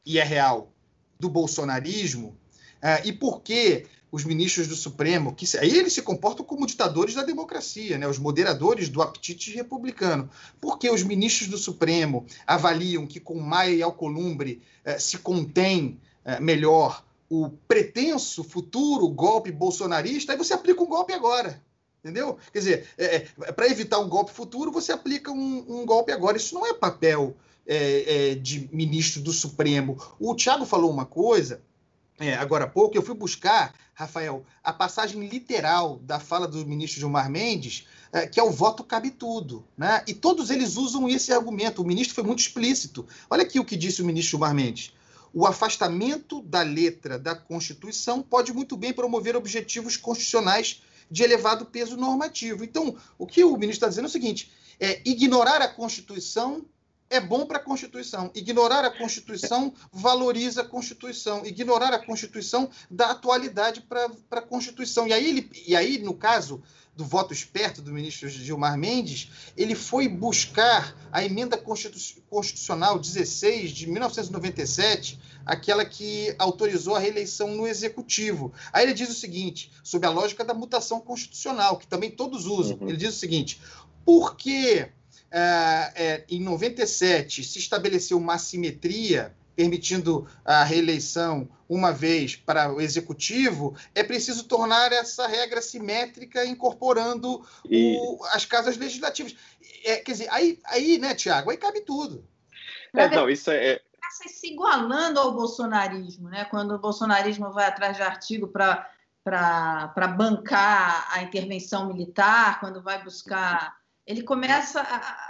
e é real, do bolsonarismo, e por que os ministros do Supremo, que aí eles se comportam como ditadores da democracia, né? Os moderadores do apetite republicano. Por que os ministros do Supremo avaliam que com Maia e Alcolumbre se contém melhor o pretenso futuro golpe bolsonarista, aí você aplica um golpe agora. Entendeu? Quer dizer, para evitar um golpe futuro, você aplica um golpe agora. Isso não é papel de ministro do Supremo. O Thiago falou uma coisa agora há pouco, eu fui buscar, Rafael, a passagem literal da fala do ministro Gilmar Mendes, que é o voto cabe tudo, né? E todos eles usam esse argumento. O ministro foi muito explícito. Olha aqui o que disse o ministro Gilmar Mendes. O afastamento da letra da Constituição pode muito bem promover objetivos constitucionais de elevado peso normativo. Então, o que o ministro está dizendo é o seguinte, ignorar a Constituição é bom para a Constituição. Ignorar a Constituição valoriza a Constituição. Ignorar a Constituição dá atualidade para a Constituição. E aí, no caso do voto esperto do ministro Gilmar Mendes, ele foi buscar a emenda constitucional 16 de 1997, aquela que autorizou a reeleição no Executivo. Aí ele diz o seguinte, sob a lógica da mutação constitucional, que também todos usam. Ele diz o seguinte, por que em 97 se estabeleceu uma assimetria permitindo a reeleição uma vez para o Executivo, é preciso tornar essa regra simétrica incorporando as casas legislativas. Quer dizer, aí, né, Tiago, aí cabe tudo. Isso é... Se igualando ao bolsonarismo, né? Quando o bolsonarismo vai atrás de artigo para bancar a intervenção militar, quando vai buscar... Ele começa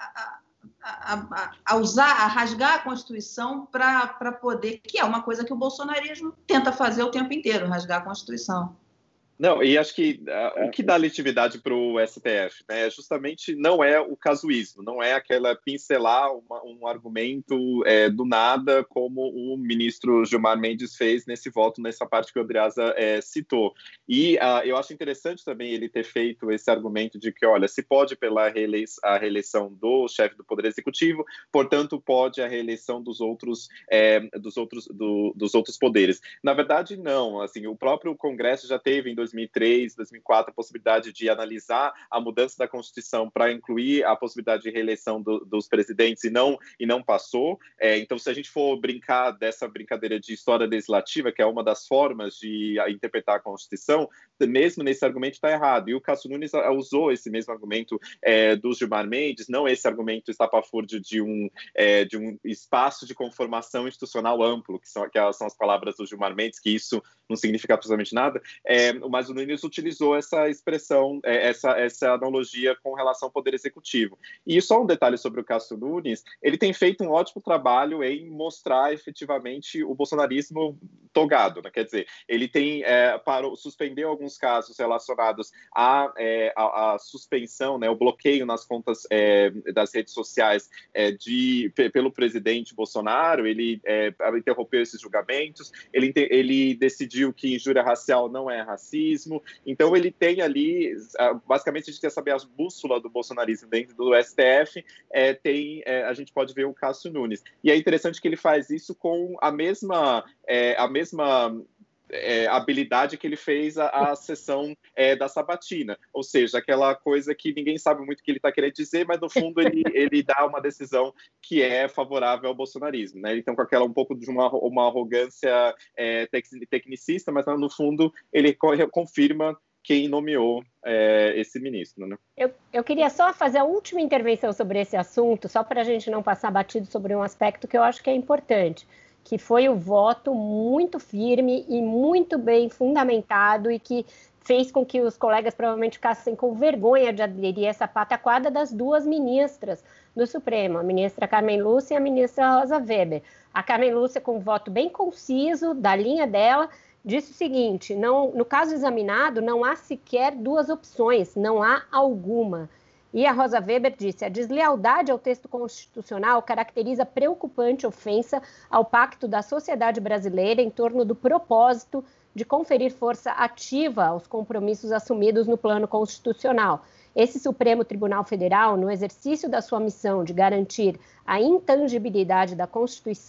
a usar, a rasgar a Constituição para poder... Que é uma coisa que o bolsonarismo tenta fazer o tempo inteiro, rasgar a Constituição. Não, e acho que o que dá legitimidade para o STF, né, justamente não é o casuísmo, não é aquela pincelar um argumento do nada, como o ministro Gilmar Mendes fez nesse voto, nessa parte que o Andreasa citou. E eu acho interessante também ele ter feito esse argumento de que, olha, se pode pela reeleição do chefe do Poder Executivo, portanto, pode a reeleição dos outros poderes. Na verdade, não. Assim, o próprio Congresso já teve, em 2003, 2004, a possibilidade de analisar a mudança da Constituição para incluir a possibilidade de reeleição dos presidentes e não passou. Então, se a gente for brincar dessa brincadeira de história legislativa, que é uma das formas de interpretar a Constituição, mesmo nesse argumento está errado. E o Cássio Nunes usou esse mesmo argumento do Gilmar Mendes, não esse argumento estapafúrdio de um espaço de conformação institucional amplo, que são as palavras do Gilmar Mendes, que isso não significa absolutamente nada, mas o Nunes utilizou essa expressão, essa analogia com relação ao Poder Executivo. E só um detalhe sobre o Cássio Nunes, ele tem feito um ótimo trabalho em mostrar efetivamente o bolsonarismo togado, né? Quer dizer, ele tem suspendeu alguns casos relacionados à suspensão, né, o bloqueio nas contas das redes sociais pelo presidente Bolsonaro, ele interrompeu esses julgamentos, ele decidiu que injúria racial não é racismo, então ele tem ali, basicamente a gente quer saber a bússola do bolsonarismo dentro do STF, a gente pode ver o Cássio Nunes. E é interessante que ele faz isso com a mesma habilidade que ele fez a sessão da sabatina, ou seja, aquela coisa que ninguém sabe muito o que ele está querendo dizer, mas no fundo ele dá uma decisão que é favorável ao bolsonarismo, né? Então, com aquela um pouco de uma arrogância tecnicista, mas no fundo ele confirma quem nomeou esse ministro, né? Eu queria só fazer a última intervenção sobre esse assunto, só para a gente não passar batido sobre um aspecto que eu acho que é importante, que foi o voto muito firme e muito bem fundamentado e que fez com que os colegas provavelmente ficassem com vergonha de aderir a essa pataquada das duas ministras do Supremo, a ministra Carmen Lúcia e a ministra Rosa Weber. A Carmen Lúcia, com um voto bem conciso, da linha dela, disse o seguinte, no caso examinado, não há sequer duas opções, não há alguma. E a Rosa Weber disse, a deslealdade ao texto constitucional caracteriza preocupante ofensa ao pacto da sociedade brasileira em torno do propósito de conferir força ativa aos compromissos assumidos no plano constitucional. Esse Supremo Tribunal Federal, no exercício da sua missão de garantir a intangibilidade da Constituição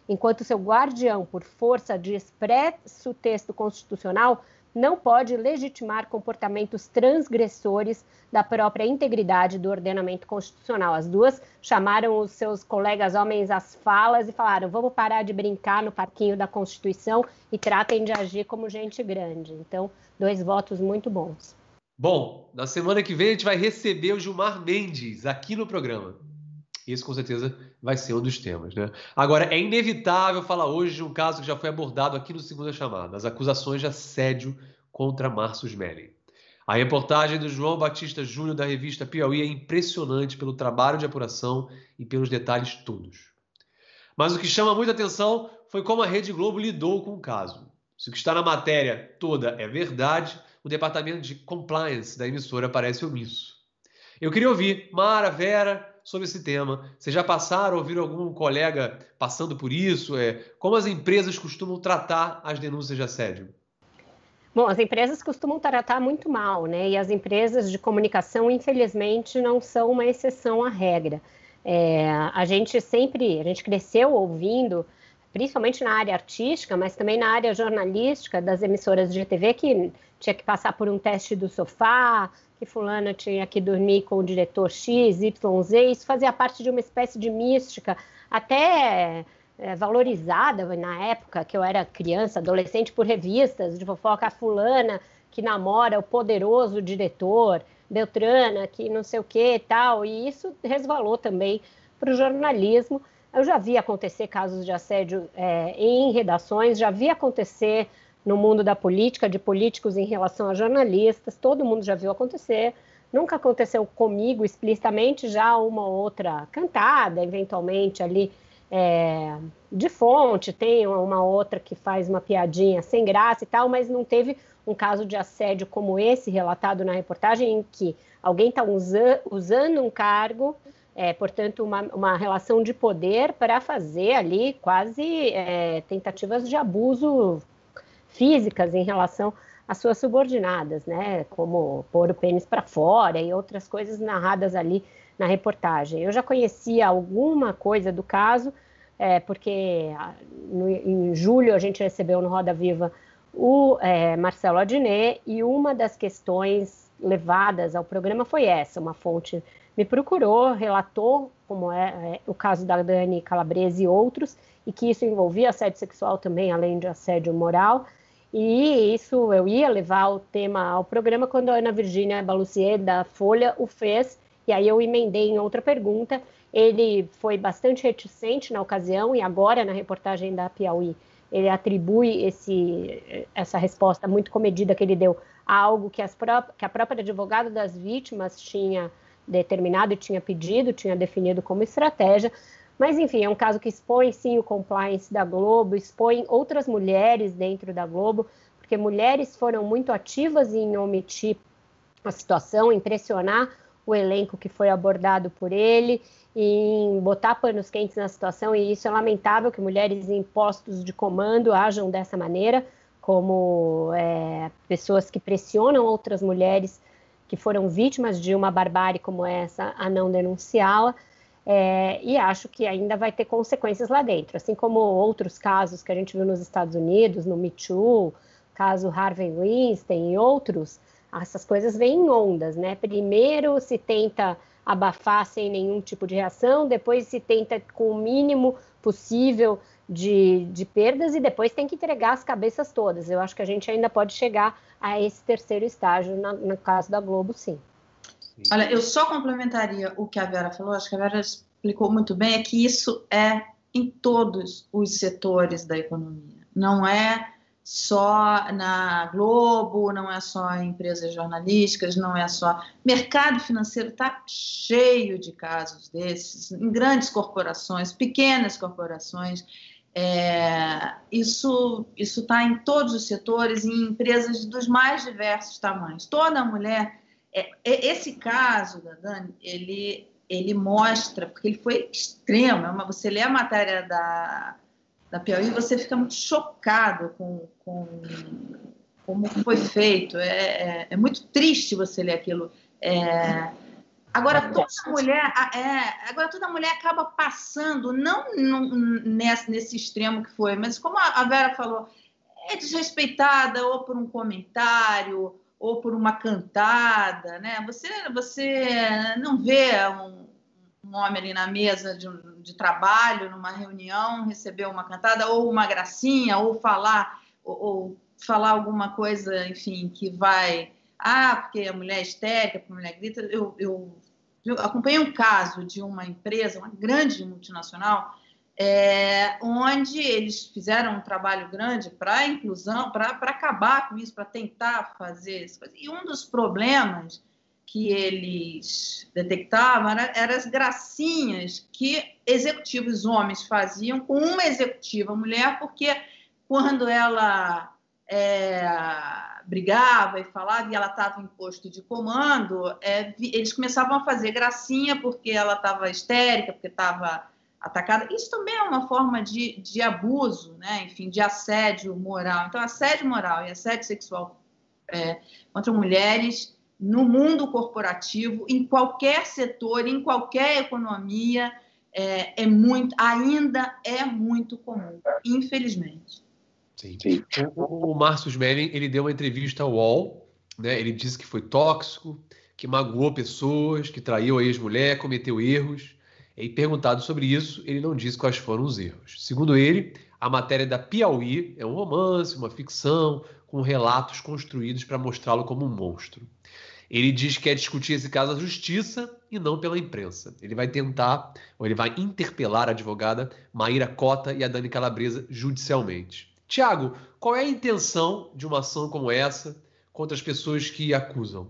enquanto seu guardião, por força de expresso texto constitucional, não pode legitimar comportamentos transgressores da própria integridade do ordenamento constitucional. As duas chamaram os seus colegas homens às falas e falaram: vamos parar de brincar no parquinho da Constituição e tratem de agir como gente grande. Então, 2 votos muito bons. Bom, na semana que vem a gente vai receber o Gilmar Mendes aqui no programa. Esse, com certeza, vai ser um dos temas, né? Agora, é inevitável falar hoje de um caso que já foi abordado aqui no Segunda Chamada, as acusações de assédio contra Márcio Smelling. A reportagem do João Batista Júnior, da revista Piauí, é impressionante pelo trabalho de apuração e pelos detalhes todos. Mas o que chama muita atenção foi como a Rede Globo lidou com o caso. Se o que está na matéria toda é verdade, o departamento de compliance da emissora parece omisso. Eu queria ouvir Mara, Vera, sobre esse tema. Vocês já passaram, ouviram algum colega passando por isso? Como as empresas costumam tratar as denúncias de assédio? Bom, as empresas costumam tratar muito mal, né? E as empresas de comunicação, infelizmente, não são uma exceção à regra. A gente cresceu ouvindo, principalmente na área artística, mas também na área jornalística das emissoras de TV, que tinha que passar por um teste do sofá, que fulana tinha que dormir com o diretor X, Y, Z. Isso fazia parte de uma espécie de mística, até valorizada na época que eu era criança, adolescente, por revistas de fofoca. A fulana que namora o poderoso diretor, Beltrana, que não sei o que e tal. E isso resvalou também para o jornalismo. Eu já vi acontecer casos de assédio em redações, já vi acontecer no mundo da política, de políticos em relação a jornalistas, todo mundo já viu acontecer. Nunca aconteceu comigo explicitamente, já uma ou outra cantada, eventualmente ali de fonte, tem uma outra que faz uma piadinha sem graça e tal, mas não teve um caso de assédio como esse relatado na reportagem, em que alguém está usando um cargo, portanto, uma relação de poder para fazer ali quase tentativas de abuso físicas em relação às suas subordinadas, né? Como pôr o pênis para fora e outras coisas narradas ali na reportagem. Eu já conhecia alguma coisa do caso, porque em julho a gente recebeu no Roda Viva o Marcelo Adnet, e uma das questões levadas ao programa foi essa. Uma fonte me procurou, relatou como é o caso da Dani Calabrese e outros, e que isso envolvia assédio sexual também, além de assédio moral. E isso, eu ia levar o tema ao programa quando a Ana Virgínia Balussier, da Folha, o fez, e aí eu emendei em outra pergunta. Ele foi bastante reticente na ocasião, e agora, na reportagem da Piauí, ele atribui essa resposta muito comedida que ele deu a algo que a própria advogada das vítimas tinha determinado e tinha pedido, tinha definido como estratégia. Mas, enfim, é um caso que expõe, sim, o compliance da Globo, expõe outras mulheres dentro da Globo, porque mulheres foram muito ativas em omitir a situação, em pressionar o elenco que foi abordado por ele, em botar panos quentes na situação, e isso é lamentável, que mulheres em postos de comando ajam dessa maneira, como pessoas que pressionam outras mulheres que foram vítimas de uma barbárie como essa a não denunciá-la. E acho que ainda vai ter consequências lá dentro, assim como outros casos que a gente viu nos Estados Unidos, no Me Too, caso Harvey Weinstein e outros. Essas coisas vêm em ondas, né? Primeiro se tenta abafar sem nenhum tipo de reação, depois se tenta com o mínimo possível de perdas, e depois tem que entregar as cabeças todas. Eu acho que a gente ainda pode chegar a esse terceiro estágio no caso da Globo, sim. Olha, eu só complementaria o que a Vera falou, acho que a Vera explicou muito bem, é que isso é em todos os setores da economia. Não é só na Globo, não é só em empresas jornalísticas, não é só... Mercado financeiro está cheio de casos desses, em grandes corporações, pequenas corporações. Isso está em todos os setores, em empresas dos mais diversos tamanhos. Toda mulher... Esse caso da Dani, ele mostra, porque ele foi extremo. Você lê a matéria da Piauí, você fica muito chocado com como foi feito. É muito triste você ler aquilo. Agora, toda mulher acaba passando, não nesse extremo que foi, mas como a Vera falou, é desrespeitada ou por um comentário ou por uma cantada, né? Você não vê um homem ali na mesa de trabalho, numa reunião, receber uma cantada ou uma gracinha, ou falar alguma coisa, enfim, que vai... porque a mulher é histérica, porque a mulher grita. Eu acompanhei um caso de uma empresa, uma grande multinacional, onde eles fizeram um trabalho grande para a inclusão, para acabar com isso, para tentar fazer isso. E um dos problemas que eles detectavam eram as gracinhas que executivos homens faziam com uma executiva mulher, porque quando ela brigava e falava, e ela estava em posto de comando, eles começavam a fazer gracinha porque ela estava histérica, porque estava atacada. Isso também é uma forma de abuso, né? Enfim, de assédio moral. Então, assédio moral e assédio sexual contra mulheres no mundo corporativo, em qualquer setor, em qualquer economia, ainda é muito comum, infelizmente. Sim. O Márcio Smelling, ele deu uma entrevista ao UOL, né? Ele disse que foi tóxico, que magoou pessoas, que traiu a ex-mulher, cometeu erros. E perguntado sobre isso, ele não disse quais foram os erros. Segundo ele, a matéria da Piauí é um romance, uma ficção, com relatos construídos para mostrá-lo como um monstro. Ele diz que quer discutir esse caso à justiça e não pela imprensa. Ele vai interpelar a advogada Maíra Cota e a Dani Calabresa judicialmente. Tiago, qual é a intenção de uma ação como essa contra as pessoas que acusam?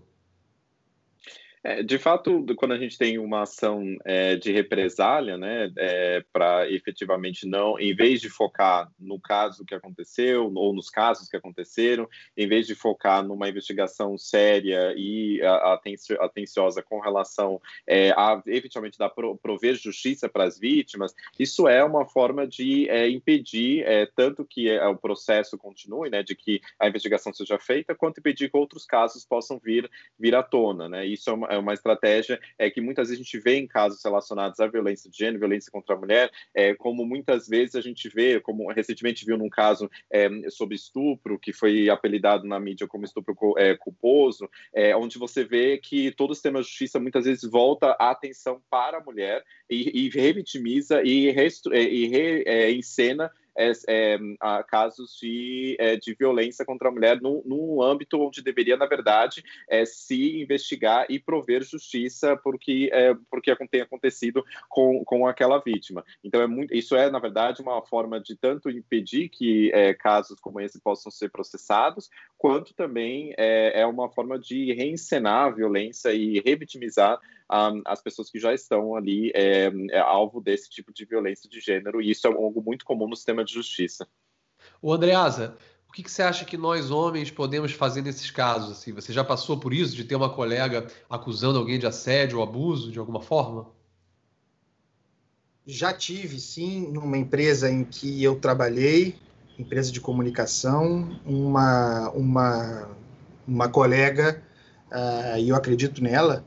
De fato, quando a gente tem uma ação de represália, né, para efetivamente não, em vez de focar no caso que aconteceu ou nos casos que aconteceram, em vez de focar numa investigação séria e atenciosa com relação a efetivamente prover justiça para as vítimas, isso é uma forma de impedir tanto que o processo continue, né, de que a investigação seja feita, quanto impedir que outros casos possam vir à tona, né? Isso é uma estratégia que muitas vezes a gente vê em casos relacionados à violência de gênero, violência contra a mulher, como muitas vezes a gente vê, como recentemente viu num caso sobre estupro, que foi apelidado na mídia como estupro culposo, onde você vê que todo o sistema de justiça muitas vezes volta a atenção para a mulher e revitimiza e encena casos de violência contra a mulher num âmbito onde deveria, na verdade, se investigar e prover justiça porque tem acontecido com aquela vítima. Então, isso é, na verdade, uma forma de tanto impedir que casos como esse possam ser processados, quanto também é uma forma de reencenar a violência e revitimizar as pessoas que já estão ali alvo desse tipo de violência de gênero, e isso é algo muito comum no sistema de justiça. Ô Andreasa, o que você acha que nós homens podemos fazer nesses casos? Assim, você já passou por isso, de ter uma colega acusando alguém de assédio ou abuso, de alguma forma? Já tive, sim, numa empresa em que eu trabalhei, empresa de comunicação, uma colega, e eu acredito nela,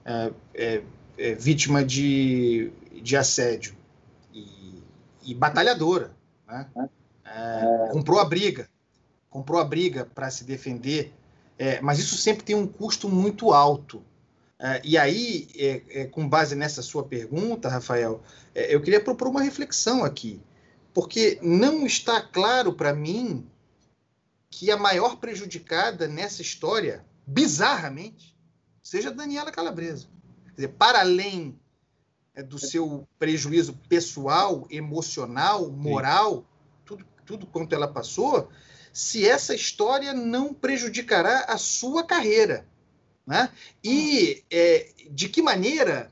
vítima de assédio e batalhadora, né? Comprou a briga para se defender, mas isso sempre tem um custo muito alto. E aí, com base nessa sua pergunta, Rafael, eu queria propor uma reflexão aqui, porque não está claro para mim que a maior prejudicada nessa história, bizarramente, seja a Daniela Calabresa. Quer dizer, para além do seu prejuízo pessoal, emocional, moral, tudo quanto ela passou, se essa história não prejudicará a sua carreira, né? E de que maneira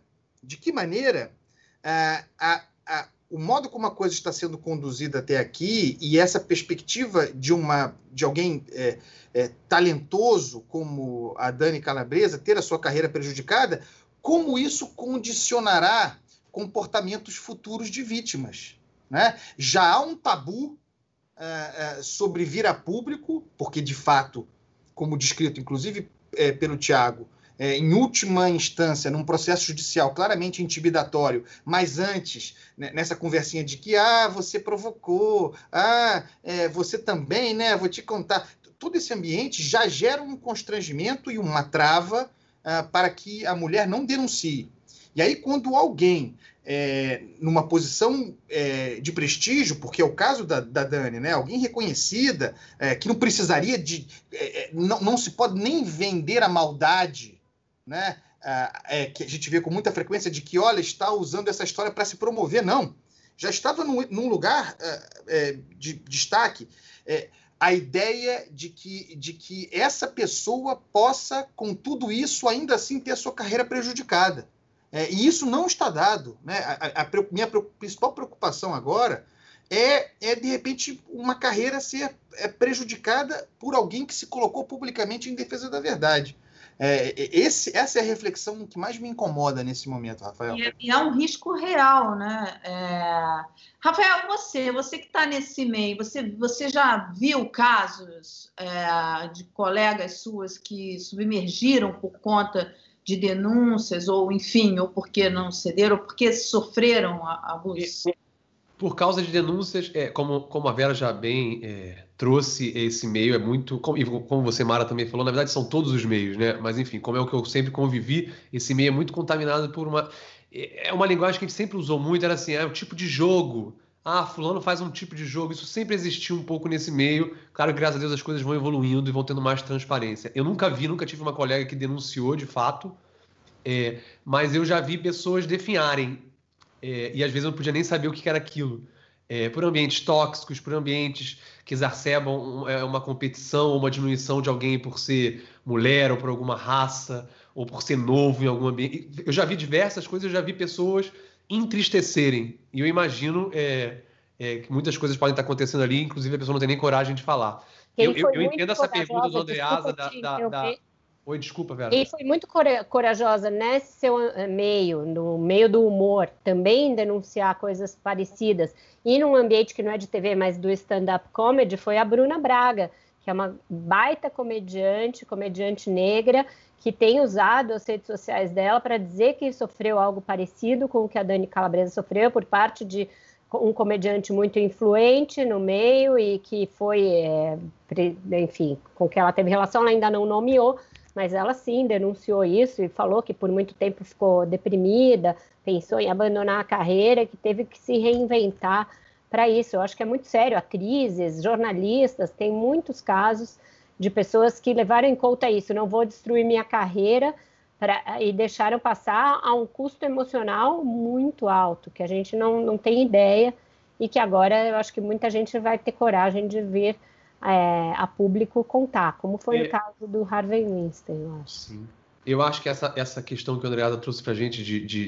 o modo como a coisa está sendo conduzida até aqui e essa perspectiva de alguém talentoso como a Dani Calabresa ter a sua carreira prejudicada, como isso condicionará comportamentos futuros de vítimas, né? Já há um tabu sobre vir a público, porque, de fato, como descrito, inclusive pelo Tiago, em última instância, num processo judicial claramente intimidatório, mas antes, né, nessa conversinha de que você provocou, você também, né? Vou te contar. Todo esse ambiente já gera um constrangimento e uma trava para que a mulher não denuncie. E aí, quando alguém, numa posição de prestígio, porque é o caso da Dani, né? Alguém reconhecida, que não precisaria de... não se pode nem vender a maldade, né? Que a gente vê com muita frequência de que, olha, está usando essa história para se promover. Não. Já estava num lugar de destaque. A ideia de que essa pessoa possa, com tudo isso, ainda assim ter a sua carreira prejudicada. E isso não está dado, né? Minha principal preocupação agora é, de repente, uma carreira ser prejudicada por alguém que se colocou publicamente em defesa da verdade. Essa é a reflexão que mais me incomoda nesse momento, Rafael. E é um risco real, né? Rafael, você que está nesse meio, você já viu casos de colegas suas que submergiram por conta de denúncias, ou enfim, ou porque não cederam, ou porque sofreram abusos? Por causa de denúncias, como a Vera já bem trouxe, esse meio é muito... E como você, Mara, também falou, na verdade são todos os meios, né? Mas enfim, como é o que eu sempre convivi, esse meio é muito contaminado por uma... É uma linguagem que a gente sempre usou muito, era assim, o tipo de jogo. Fulano faz um tipo de jogo. Isso sempre existiu um pouco nesse meio. Claro que, graças a Deus, as coisas vão evoluindo e vão tendo mais transparência. Eu nunca tive uma colega que denunciou, de fato, mas eu já vi pessoas definharem. E às vezes eu não podia nem saber o que era aquilo. Por ambientes tóxicos, por ambientes que exacerbam uma competição ou uma diminuição de alguém por ser mulher ou por alguma raça ou por ser novo em algum ambiente. Eu já vi diversas coisas, eu já vi pessoas entristecerem. E eu imagino que muitas coisas podem estar acontecendo ali, inclusive a pessoa não tem nem coragem de falar. Eu entendo essa pergunta do Andreasa Oi, desculpa, Vera. E foi muito corajosa nesse seu meio, no meio do humor, também denunciar coisas parecidas. E num ambiente que não é de TV, mas do stand-up comedy, foi a Bruna Braga, que é uma baita comediante negra, que tem usado as redes sociais dela para dizer que sofreu algo parecido com o que a Dani Calabresa sofreu por parte de um comediante muito influente no meio e que foi, enfim, com que ela teve relação, ela ainda não nomeou, mas ela sim denunciou isso e falou que por muito tempo ficou deprimida, pensou em abandonar a carreira, que teve que se reinventar para isso. Eu acho que é muito sério. Atrizes, jornalistas, tem muitos casos de pessoas que levaram em conta isso. Não vou destruir minha carreira e deixaram passar a um custo emocional muito alto, que a gente não tem ideia e que agora eu acho que muita gente vai ter coragem de vir a público contar, como foi no caso do Harvey Weinstein, eu acho. Sim. Eu acho que essa questão que a Andreada trouxe para a gente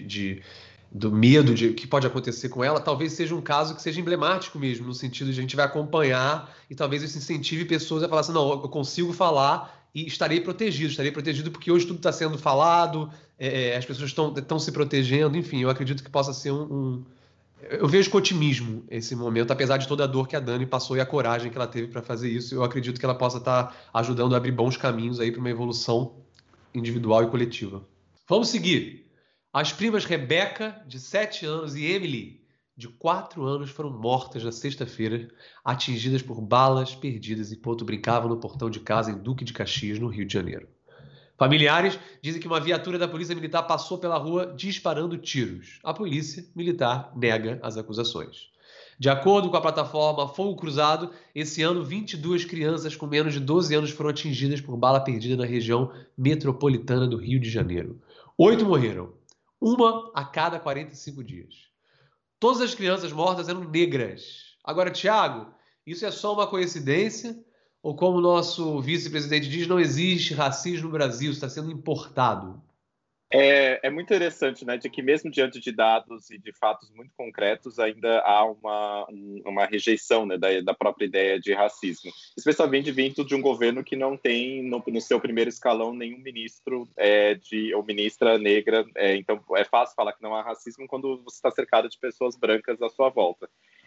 do medo de que pode acontecer com ela, talvez seja um caso que seja emblemático mesmo, no sentido de a gente vai acompanhar e talvez isso incentive pessoas a falar assim, não, eu consigo falar e estarei protegido porque hoje tudo está sendo falado, as pessoas estão se protegendo, enfim, eu acredito que possa ser eu vejo com otimismo esse momento, apesar de toda a dor que a Dani passou e a coragem que ela teve para fazer isso. Eu acredito que ela possa estar ajudando a abrir bons caminhos aí para uma evolução individual e coletiva. Vamos seguir. As primas Rebeca, de 7 anos, e Emily, de 4 anos, foram mortas na sexta-feira, atingidas por balas perdidas enquanto brincavam no portão de casa em Duque de Caxias, no Rio de Janeiro. Familiares dizem que uma viatura da Polícia Militar passou pela rua disparando tiros. A Polícia Militar nega as acusações. De acordo com a plataforma Fogo Cruzado, esse ano 22 crianças com menos de 12 anos foram atingidas por bala perdida na região metropolitana do Rio de Janeiro. 8 morreram, uma a cada 45 dias. Todas as crianças mortas eram negras. Agora, Thiago, isso é só uma coincidência? Ou como o nosso vice-presidente diz, não existe racismo no Brasil, está sendo importado? É muito interessante, né, de que mesmo diante de dados e de fatos muito concretos, ainda há uma rejeição, né, da própria ideia de racismo, especialmente vindo de um governo que não tem no seu primeiro escalão nenhum ministro ou ministra negra, então é fácil falar que não há racismo quando você está cercado de pessoas brancas à sua volta.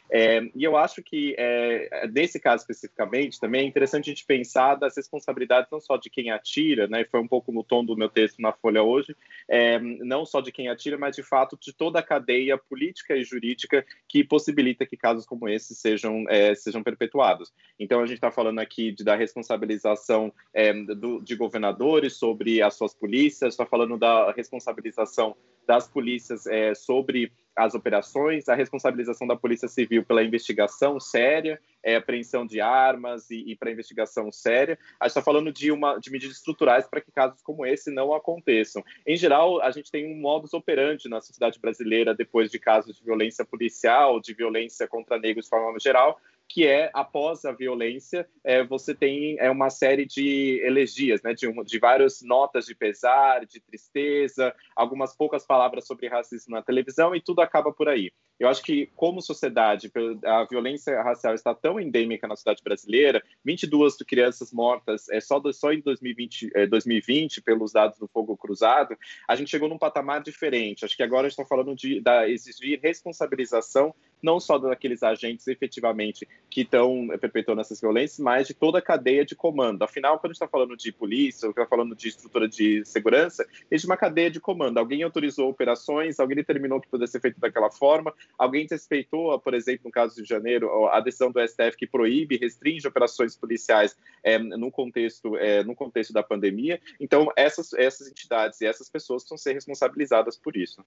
E eu acho que, nesse caso especificamente, também é interessante a gente pensar das responsabilidades não só de quem atira, né, foi um pouco no tom do meu texto na Folha hoje, não só de quem atira, mas de fato de toda a cadeia política e jurídica que possibilita que casos como esse sejam perpetuados. Então a gente está falando aqui da responsabilização de governadores sobre as suas polícias, está falando da responsabilização das polícias sobre as operações, a responsabilização da Polícia Civil pela investigação séria, apreensão de armas e para investigação séria. A gente está falando de medidas estruturais para que casos como esse não aconteçam. Em geral, a gente tem um modus operandi na sociedade brasileira depois de casos de violência policial, de violência contra negros de forma geral, que após a violência, você tem uma série de elegias, né, de várias notas de pesar, de tristeza, algumas poucas palavras sobre racismo na televisão, e tudo acaba por aí. Eu acho que, como sociedade, a violência racial está tão endêmica na sociedade brasileira, 22 crianças mortas só em 2020, pelos dados do Fogo Cruzado, a gente chegou num patamar diferente. Acho que agora a gente está falando de exigir responsabilização não só daqueles agentes efetivamente que estão perpetuando essas violências, mas de toda a cadeia de comando. Afinal, quando a gente está falando de polícia, ou está falando de estrutura de segurança, existe uma cadeia de comando. Alguém autorizou operações, alguém determinou que pudesse ser feito daquela forma, alguém respeitou, por exemplo, no caso de janeiro, a decisão do STF que proíbe, restringe operações policiais no contexto da pandemia. Então, essas entidades e essas pessoas precisam ser responsabilizadas por isso.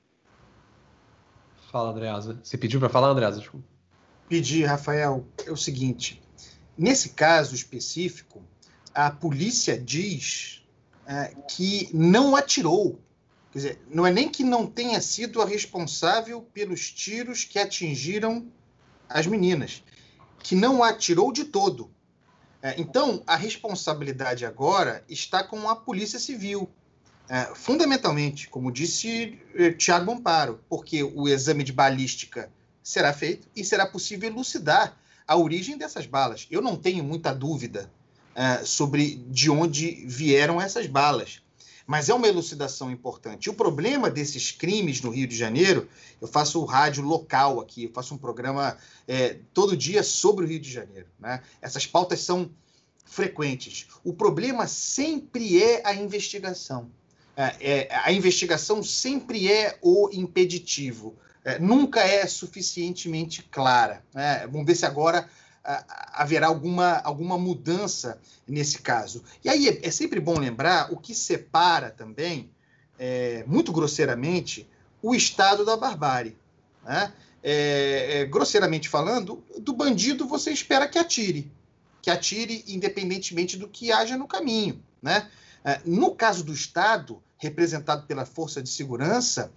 Fala, Andreasa. Você pediu para falar, Andreasa? Desculpa. Pedi, Rafael. É o seguinte, nesse caso específico, a polícia diz que não atirou. Quer dizer, não é nem que não tenha sido a responsável pelos tiros que atingiram as meninas, que não atirou de todo. Então, a responsabilidade agora está com a Polícia Civil. Fundamentalmente, como disse Tiago Amparo, porque o exame de balística será feito e será possível elucidar a origem dessas balas. Eu não tenho muita dúvida sobre de onde vieram essas balas, mas é uma elucidação importante. O problema desses crimes no Rio de Janeiro, eu faço rádio local aqui, eu faço um programa todo dia sobre o Rio de Janeiro, né? Essas pautas são frequentes. O problema sempre é a investigação. A investigação sempre é o impeditivo, nunca é suficientemente clara. Vamos ver se agora haverá alguma mudança nesse caso. E aí é sempre bom lembrar o que separa também, muito grosseiramente, o estado da barbárie. Né? Grosseiramente falando, do bandido você espera que atire independentemente do que haja no caminho. Né? No caso do Estado, representado pela Força de Segurança,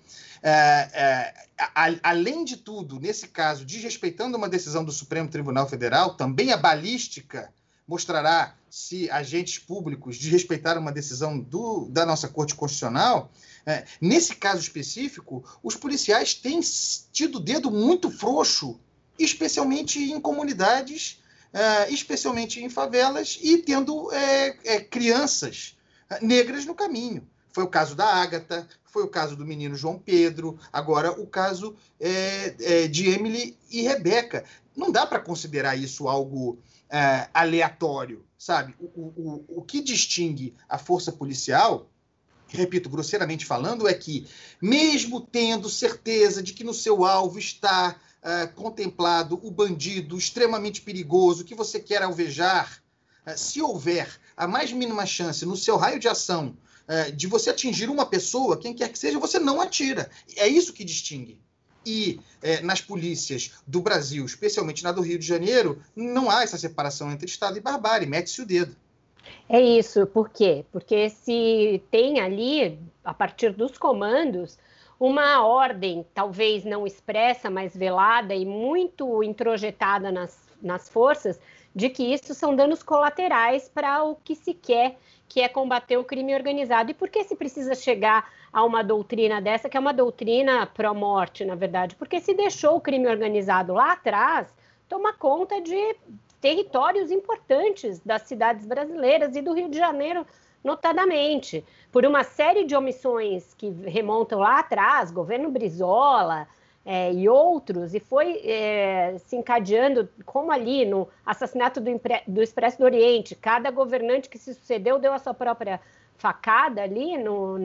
além de tudo, nesse caso, desrespeitando uma decisão do Supremo Tribunal Federal, também a balística mostrará se agentes públicos desrespeitaram uma decisão da nossa Corte Constitucional. Nesse caso específico, os policiais têm tido o dedo muito frouxo, especialmente em comunidades, especialmente em favelas, e tendo crianças negras no caminho. Foi o caso da Ágata, foi o caso do menino João Pedro, agora o caso de Emily e Rebeca. Não dá para considerar isso algo aleatório, sabe? O que distingue a força policial, repito, grosseiramente falando, é que, mesmo tendo certeza de que no seu alvo está contemplado o bandido extremamente perigoso que você quer alvejar, se houver a mais mínima chance no seu raio de ação de você atingir uma pessoa, quem quer que seja, você não atira. É isso que distingue. E nas polícias do Brasil, especialmente na do Rio de Janeiro, não há essa separação entre Estado e barbárie, mete-se o dedo. É isso, por quê? Porque se tem ali, a partir dos comandos, uma ordem, talvez não expressa, mas velada e muito introjetada nas forças, de que isso são danos colaterais para o que se quer, que é combater o crime organizado. E por que se precisa chegar a uma doutrina dessa, que é uma doutrina pró-morte, na verdade? Porque se deixou o crime organizado lá atrás, toma conta de territórios importantes das cidades brasileiras e do Rio de Janeiro, notadamente, por uma série de omissões que remontam lá atrás, governo Brizola, e outros, e foi se encadeando, como ali no assassinato do Expresso do Oriente, cada governante que se sucedeu deu a sua própria facada ali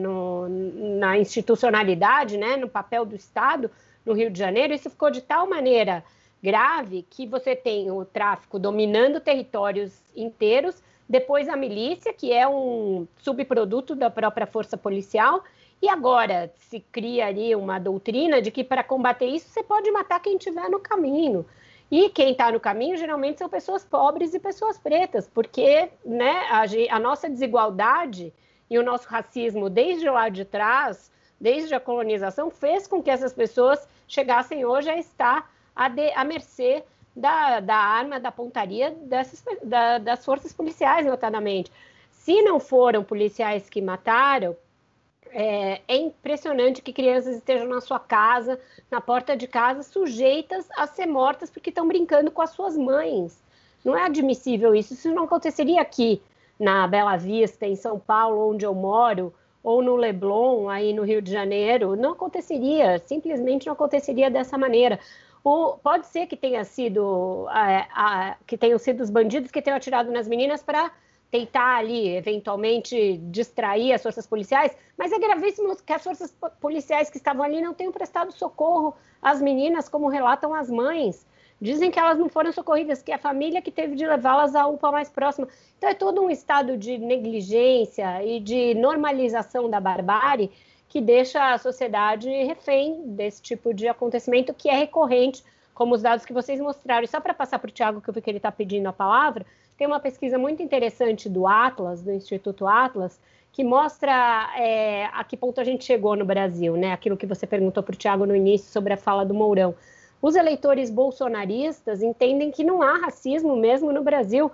na institucionalidade, né, no papel do Estado no Rio de Janeiro. Isso ficou de tal maneira grave que você tem o tráfico dominando territórios inteiros, depois a milícia, que é um subproduto da própria força policial, e agora se cria ali uma doutrina de que para combater isso você pode matar quem estiver no caminho. E quem está no caminho geralmente são pessoas pobres e pessoas pretas, porque, né, a nossa desigualdade e o nosso racismo desde lá de trás, desde a colonização, fez com que essas pessoas chegassem hoje a estar à mercê da arma, da pontaria das forças policiais, notadamente. Se não foram policiais que mataram, é impressionante que crianças estejam na sua casa, na porta de casa, sujeitas a ser mortas porque estão brincando com as suas mães. Não é admissível isso. Isso não aconteceria aqui na Bela Vista, em São Paulo, onde eu moro, ou no Leblon, aí no Rio de Janeiro. Não aconteceria, simplesmente não aconteceria dessa maneira. Pode ser que tenha sido, que tenham sido os bandidos que tenham atirado nas meninas para tentar ali, eventualmente, distrair as forças policiais, mas é gravíssimo que as forças policiais que estavam ali não tenham prestado socorro às meninas, como relatam as mães. Dizem que elas não foram socorridas, que é a família que teve de levá-las à UPA mais próxima. Então é todo um estado de negligência e de normalização da barbárie que deixa a sociedade refém desse tipo de acontecimento que é recorrente, como os dados que vocês mostraram. E só para passar para o Tiago, que eu vi que ele está pedindo a palavra, tem uma pesquisa muito interessante do Atlas, do Instituto Atlas, que mostra a que ponto a gente chegou no Brasil, né? Aquilo que você perguntou para o Tiago no início sobre a fala do Mourão. Os eleitores bolsonaristas entendem que não há racismo mesmo no Brasil.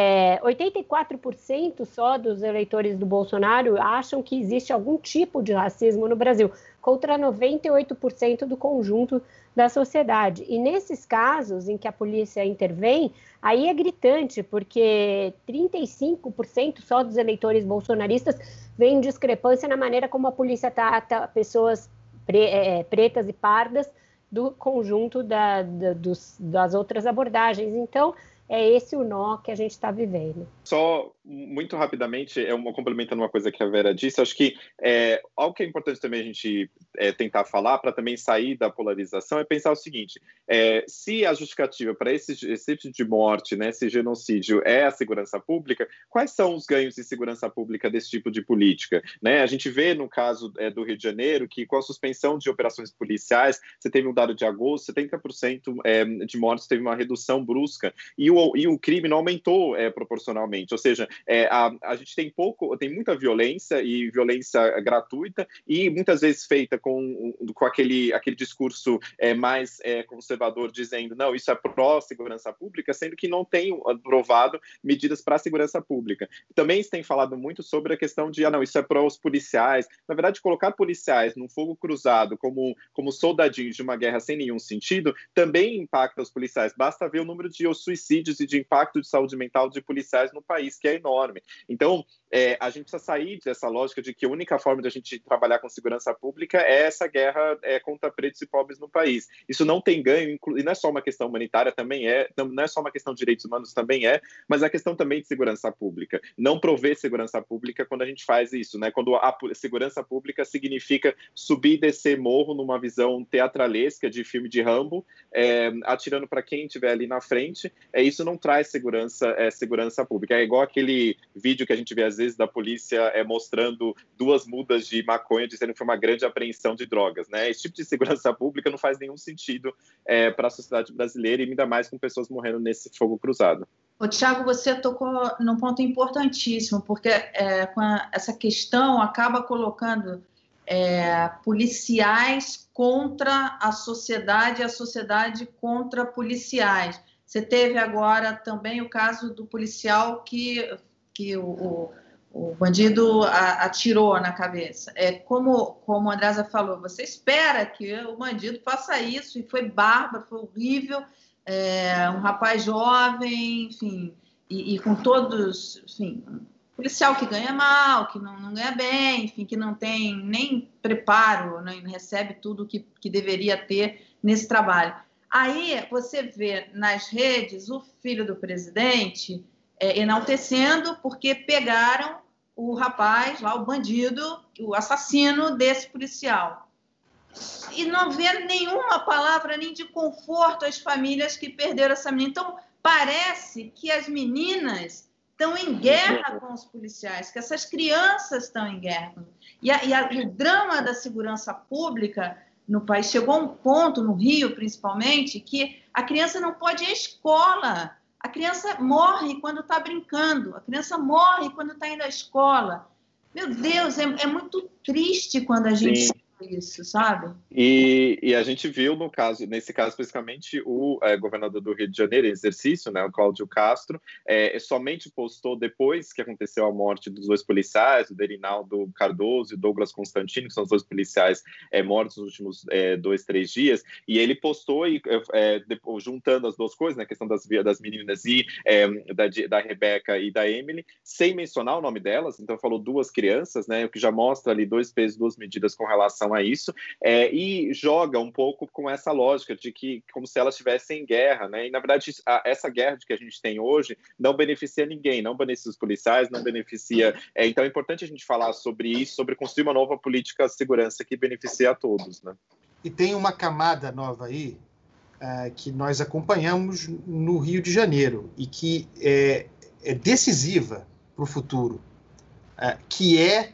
84% só dos eleitores do Bolsonaro acham que existe algum tipo de racismo no Brasil, contra 98% do conjunto da sociedade. E nesses casos em que a polícia intervém, aí é gritante, porque 35% só dos eleitores bolsonaristas veem discrepância na maneira como a polícia trata pessoas pretas e pardas do conjunto das outras abordagens. Então, é esse o nó que a gente está vivendo. Só muito rapidamente, complementando uma coisa que a Vera disse, acho que algo que é importante também a gente tentar falar, para também sair da polarização, é pensar o seguinte: se a justificativa para esse tipo de morte, né, esse genocídio, é a segurança pública, quais são os ganhos de segurança pública desse tipo de política? Né? A gente vê no caso do Rio de Janeiro que com a suspensão de operações policiais, você teve um dado de agosto, 70% de mortes teve uma redução brusca, e o crime não aumentou proporcionalmente, ou seja, a gente tem muita violência, e violência gratuita, e muitas vezes feita com aquele discurso mais conservador, dizendo, não, isso é pró-segurança pública, sendo que não tem aprovado medidas para a segurança pública. Também se tem falado muito sobre a questão de, não, isso é pró os policiais. Na verdade, colocar policiais num fogo cruzado como soldadinhos de uma guerra sem nenhum sentido, também impacta os policiais. Basta ver o número de suicídios e de impacto de saúde mental de policiais no país, que é enorme. Então, a gente precisa sair dessa lógica de que a única forma de a gente trabalhar com segurança pública é essa guerra contra pretos e pobres no país. Isso não tem ganho, e não é só uma questão humanitária, também não é só uma questão de direitos humanos, também mas é questão também de segurança pública. Não prover segurança pública quando a gente faz isso, né? Quando a segurança pública significa subir e descer morro numa visão teatralesca de filme de Rambo, atirando para quem estiver ali na frente, isso não traz segurança pública. É igual aquele vídeo que a gente vê às vezes da polícia mostrando 2 mudas de maconha, dizendo que foi uma grande apreensão de drogas, né? Esse tipo de segurança pública não faz nenhum sentido para a sociedade brasileira, e ainda mais com pessoas morrendo nesse fogo cruzado. Tiago, você tocou num ponto importantíssimo, porque essa questão acaba colocando policiais contra a sociedade contra policiais. Você teve agora também o caso do policial que o bandido atirou na cabeça. Como a Andresa falou, você espera que o bandido faça isso, e foi bárbaro, foi horrível, um rapaz jovem, enfim, e com todos, enfim, policial que ganha mal, que não ganha bem, enfim, que não tem nem preparo, não recebe tudo que deveria ter nesse trabalho. Aí você vê nas redes o filho do presidente enaltecendo porque pegaram o rapaz lá, o bandido, o assassino desse policial. E não vê nenhuma palavra nem de conforto às famílias que perderam essa menina. Então, parece que as meninas estão em guerra com os policiais, que essas crianças estão em guerra. E o drama da segurança pública no país chegou a um ponto, no Rio principalmente, que a criança não pode ir à escola. A criança morre quando está brincando, a criança morre quando está indo à escola. Meu Deus, é muito triste quando a gente vê isso, sabe? E a gente viu, nesse caso especificamente, o governador do Rio de Janeiro, em exercício, né, o Cláudio Castro, somente postou depois que aconteceu a morte dos 2 policiais, o Derinaldo Cardoso e Douglas Constantino, que são os 2 policiais mortos nos últimos 2, 3 dias, e ele postou, juntando as 2 coisas, né, a questão das meninas e da Rebeca e da Emily, sem mencionar o nome delas, então falou 2 crianças, né, o que já mostra ali 2 pesos, 2 medidas com relação a isso, e joga um pouco com essa lógica de que, como se elas estivessem em guerra, né? E, na verdade, essa guerra que a gente tem hoje não beneficia ninguém, não beneficia os policiais, não beneficia... Então, é importante a gente falar sobre isso, sobre construir uma nova política de segurança que beneficie a todos, né? E tem uma camada nova aí que nós acompanhamos no Rio de Janeiro e que é decisiva para o futuro, que é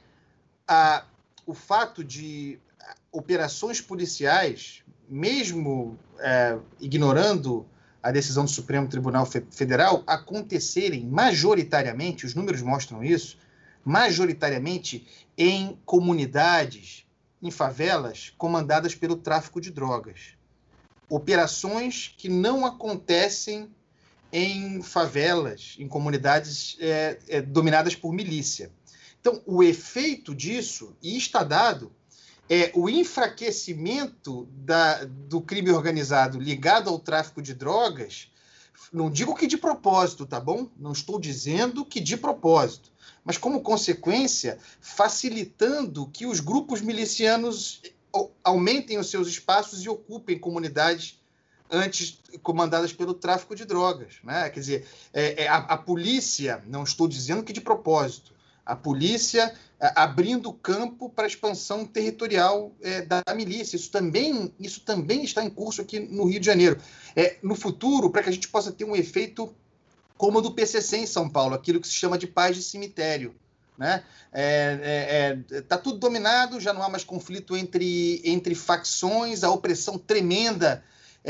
o fato de operações policiais, mesmo ignorando a decisão do Supremo Tribunal Federal, acontecerem majoritariamente, os números mostram isso, majoritariamente em comunidades, em favelas, comandadas pelo tráfico de drogas. Operações que não acontecem em favelas, em comunidades dominadas por milícia. Então, o efeito disso, e está dado, é o enfraquecimento do crime organizado ligado ao tráfico de drogas. Não digo que de propósito, tá bom? Não estou dizendo que de propósito, mas como consequência, facilitando que os grupos milicianos aumentem os seus espaços e ocupem comunidades antes comandadas pelo tráfico de drogas, né? Quer dizer, a polícia, não estou dizendo que de propósito, a polícia abrindo campo para a expansão territorial da milícia. Isso também está em curso aqui no Rio de Janeiro. No futuro, para que a gente possa ter um efeito como o do PCC em São Paulo, aquilo que se chama de paz de cemitério, né? Tá tudo dominado, já não há mais conflito entre facções, a opressão tremenda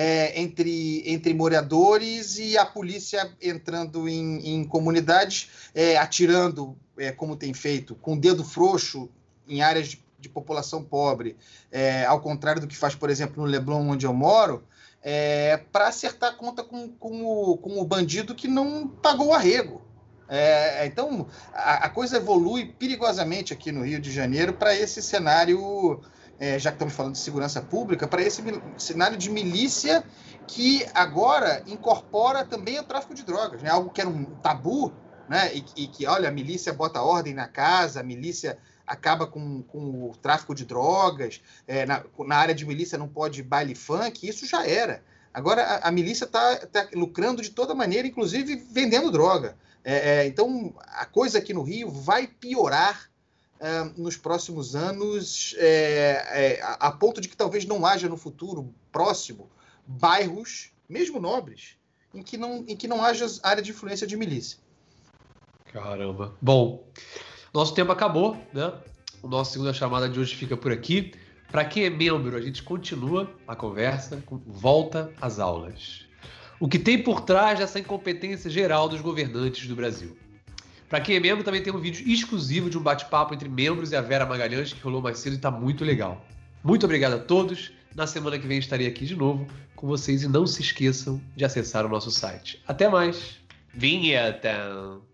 entre moradores e a polícia entrando em comunidades, atirando, como tem feito, com o dedo frouxo em áreas de população pobre, ao contrário do que faz, por exemplo, no Leblon, onde eu moro, para acertar a conta com o bandido que não pagou o arrego. Então, a coisa evolui perigosamente aqui no Rio de Janeiro para esse cenário, já que estamos falando de segurança pública, para esse cenário de milícia que agora incorpora também o tráfico de drogas, né? Algo que era um tabu, né? E que, olha, a milícia bota ordem na casa, a milícia acaba com o tráfico de drogas, na área de milícia não pode baile funk, isso já era. Agora a milícia está lucrando de toda maneira, inclusive vendendo droga. Então a coisa aqui no Rio vai piorar nos próximos anos, a ponto de que talvez não haja no futuro próximo bairros, mesmo nobres, em que não haja área de influência de milícia. Caramba. Bom, nosso tempo acabou, né? O nosso segunda chamada de hoje fica por aqui. Para quem é membro, a gente continua a conversa, volta às aulas. O que tem por trás dessa incompetência geral dos governantes do Brasil. Para quem é membro, também tem um vídeo exclusivo de um bate-papo entre membros e a Vera Magalhães, que rolou mais cedo e está muito legal. Muito obrigado a todos. Na semana que vem estarei aqui de novo com vocês e não se esqueçam de acessar o nosso site. Até mais. Vinheta!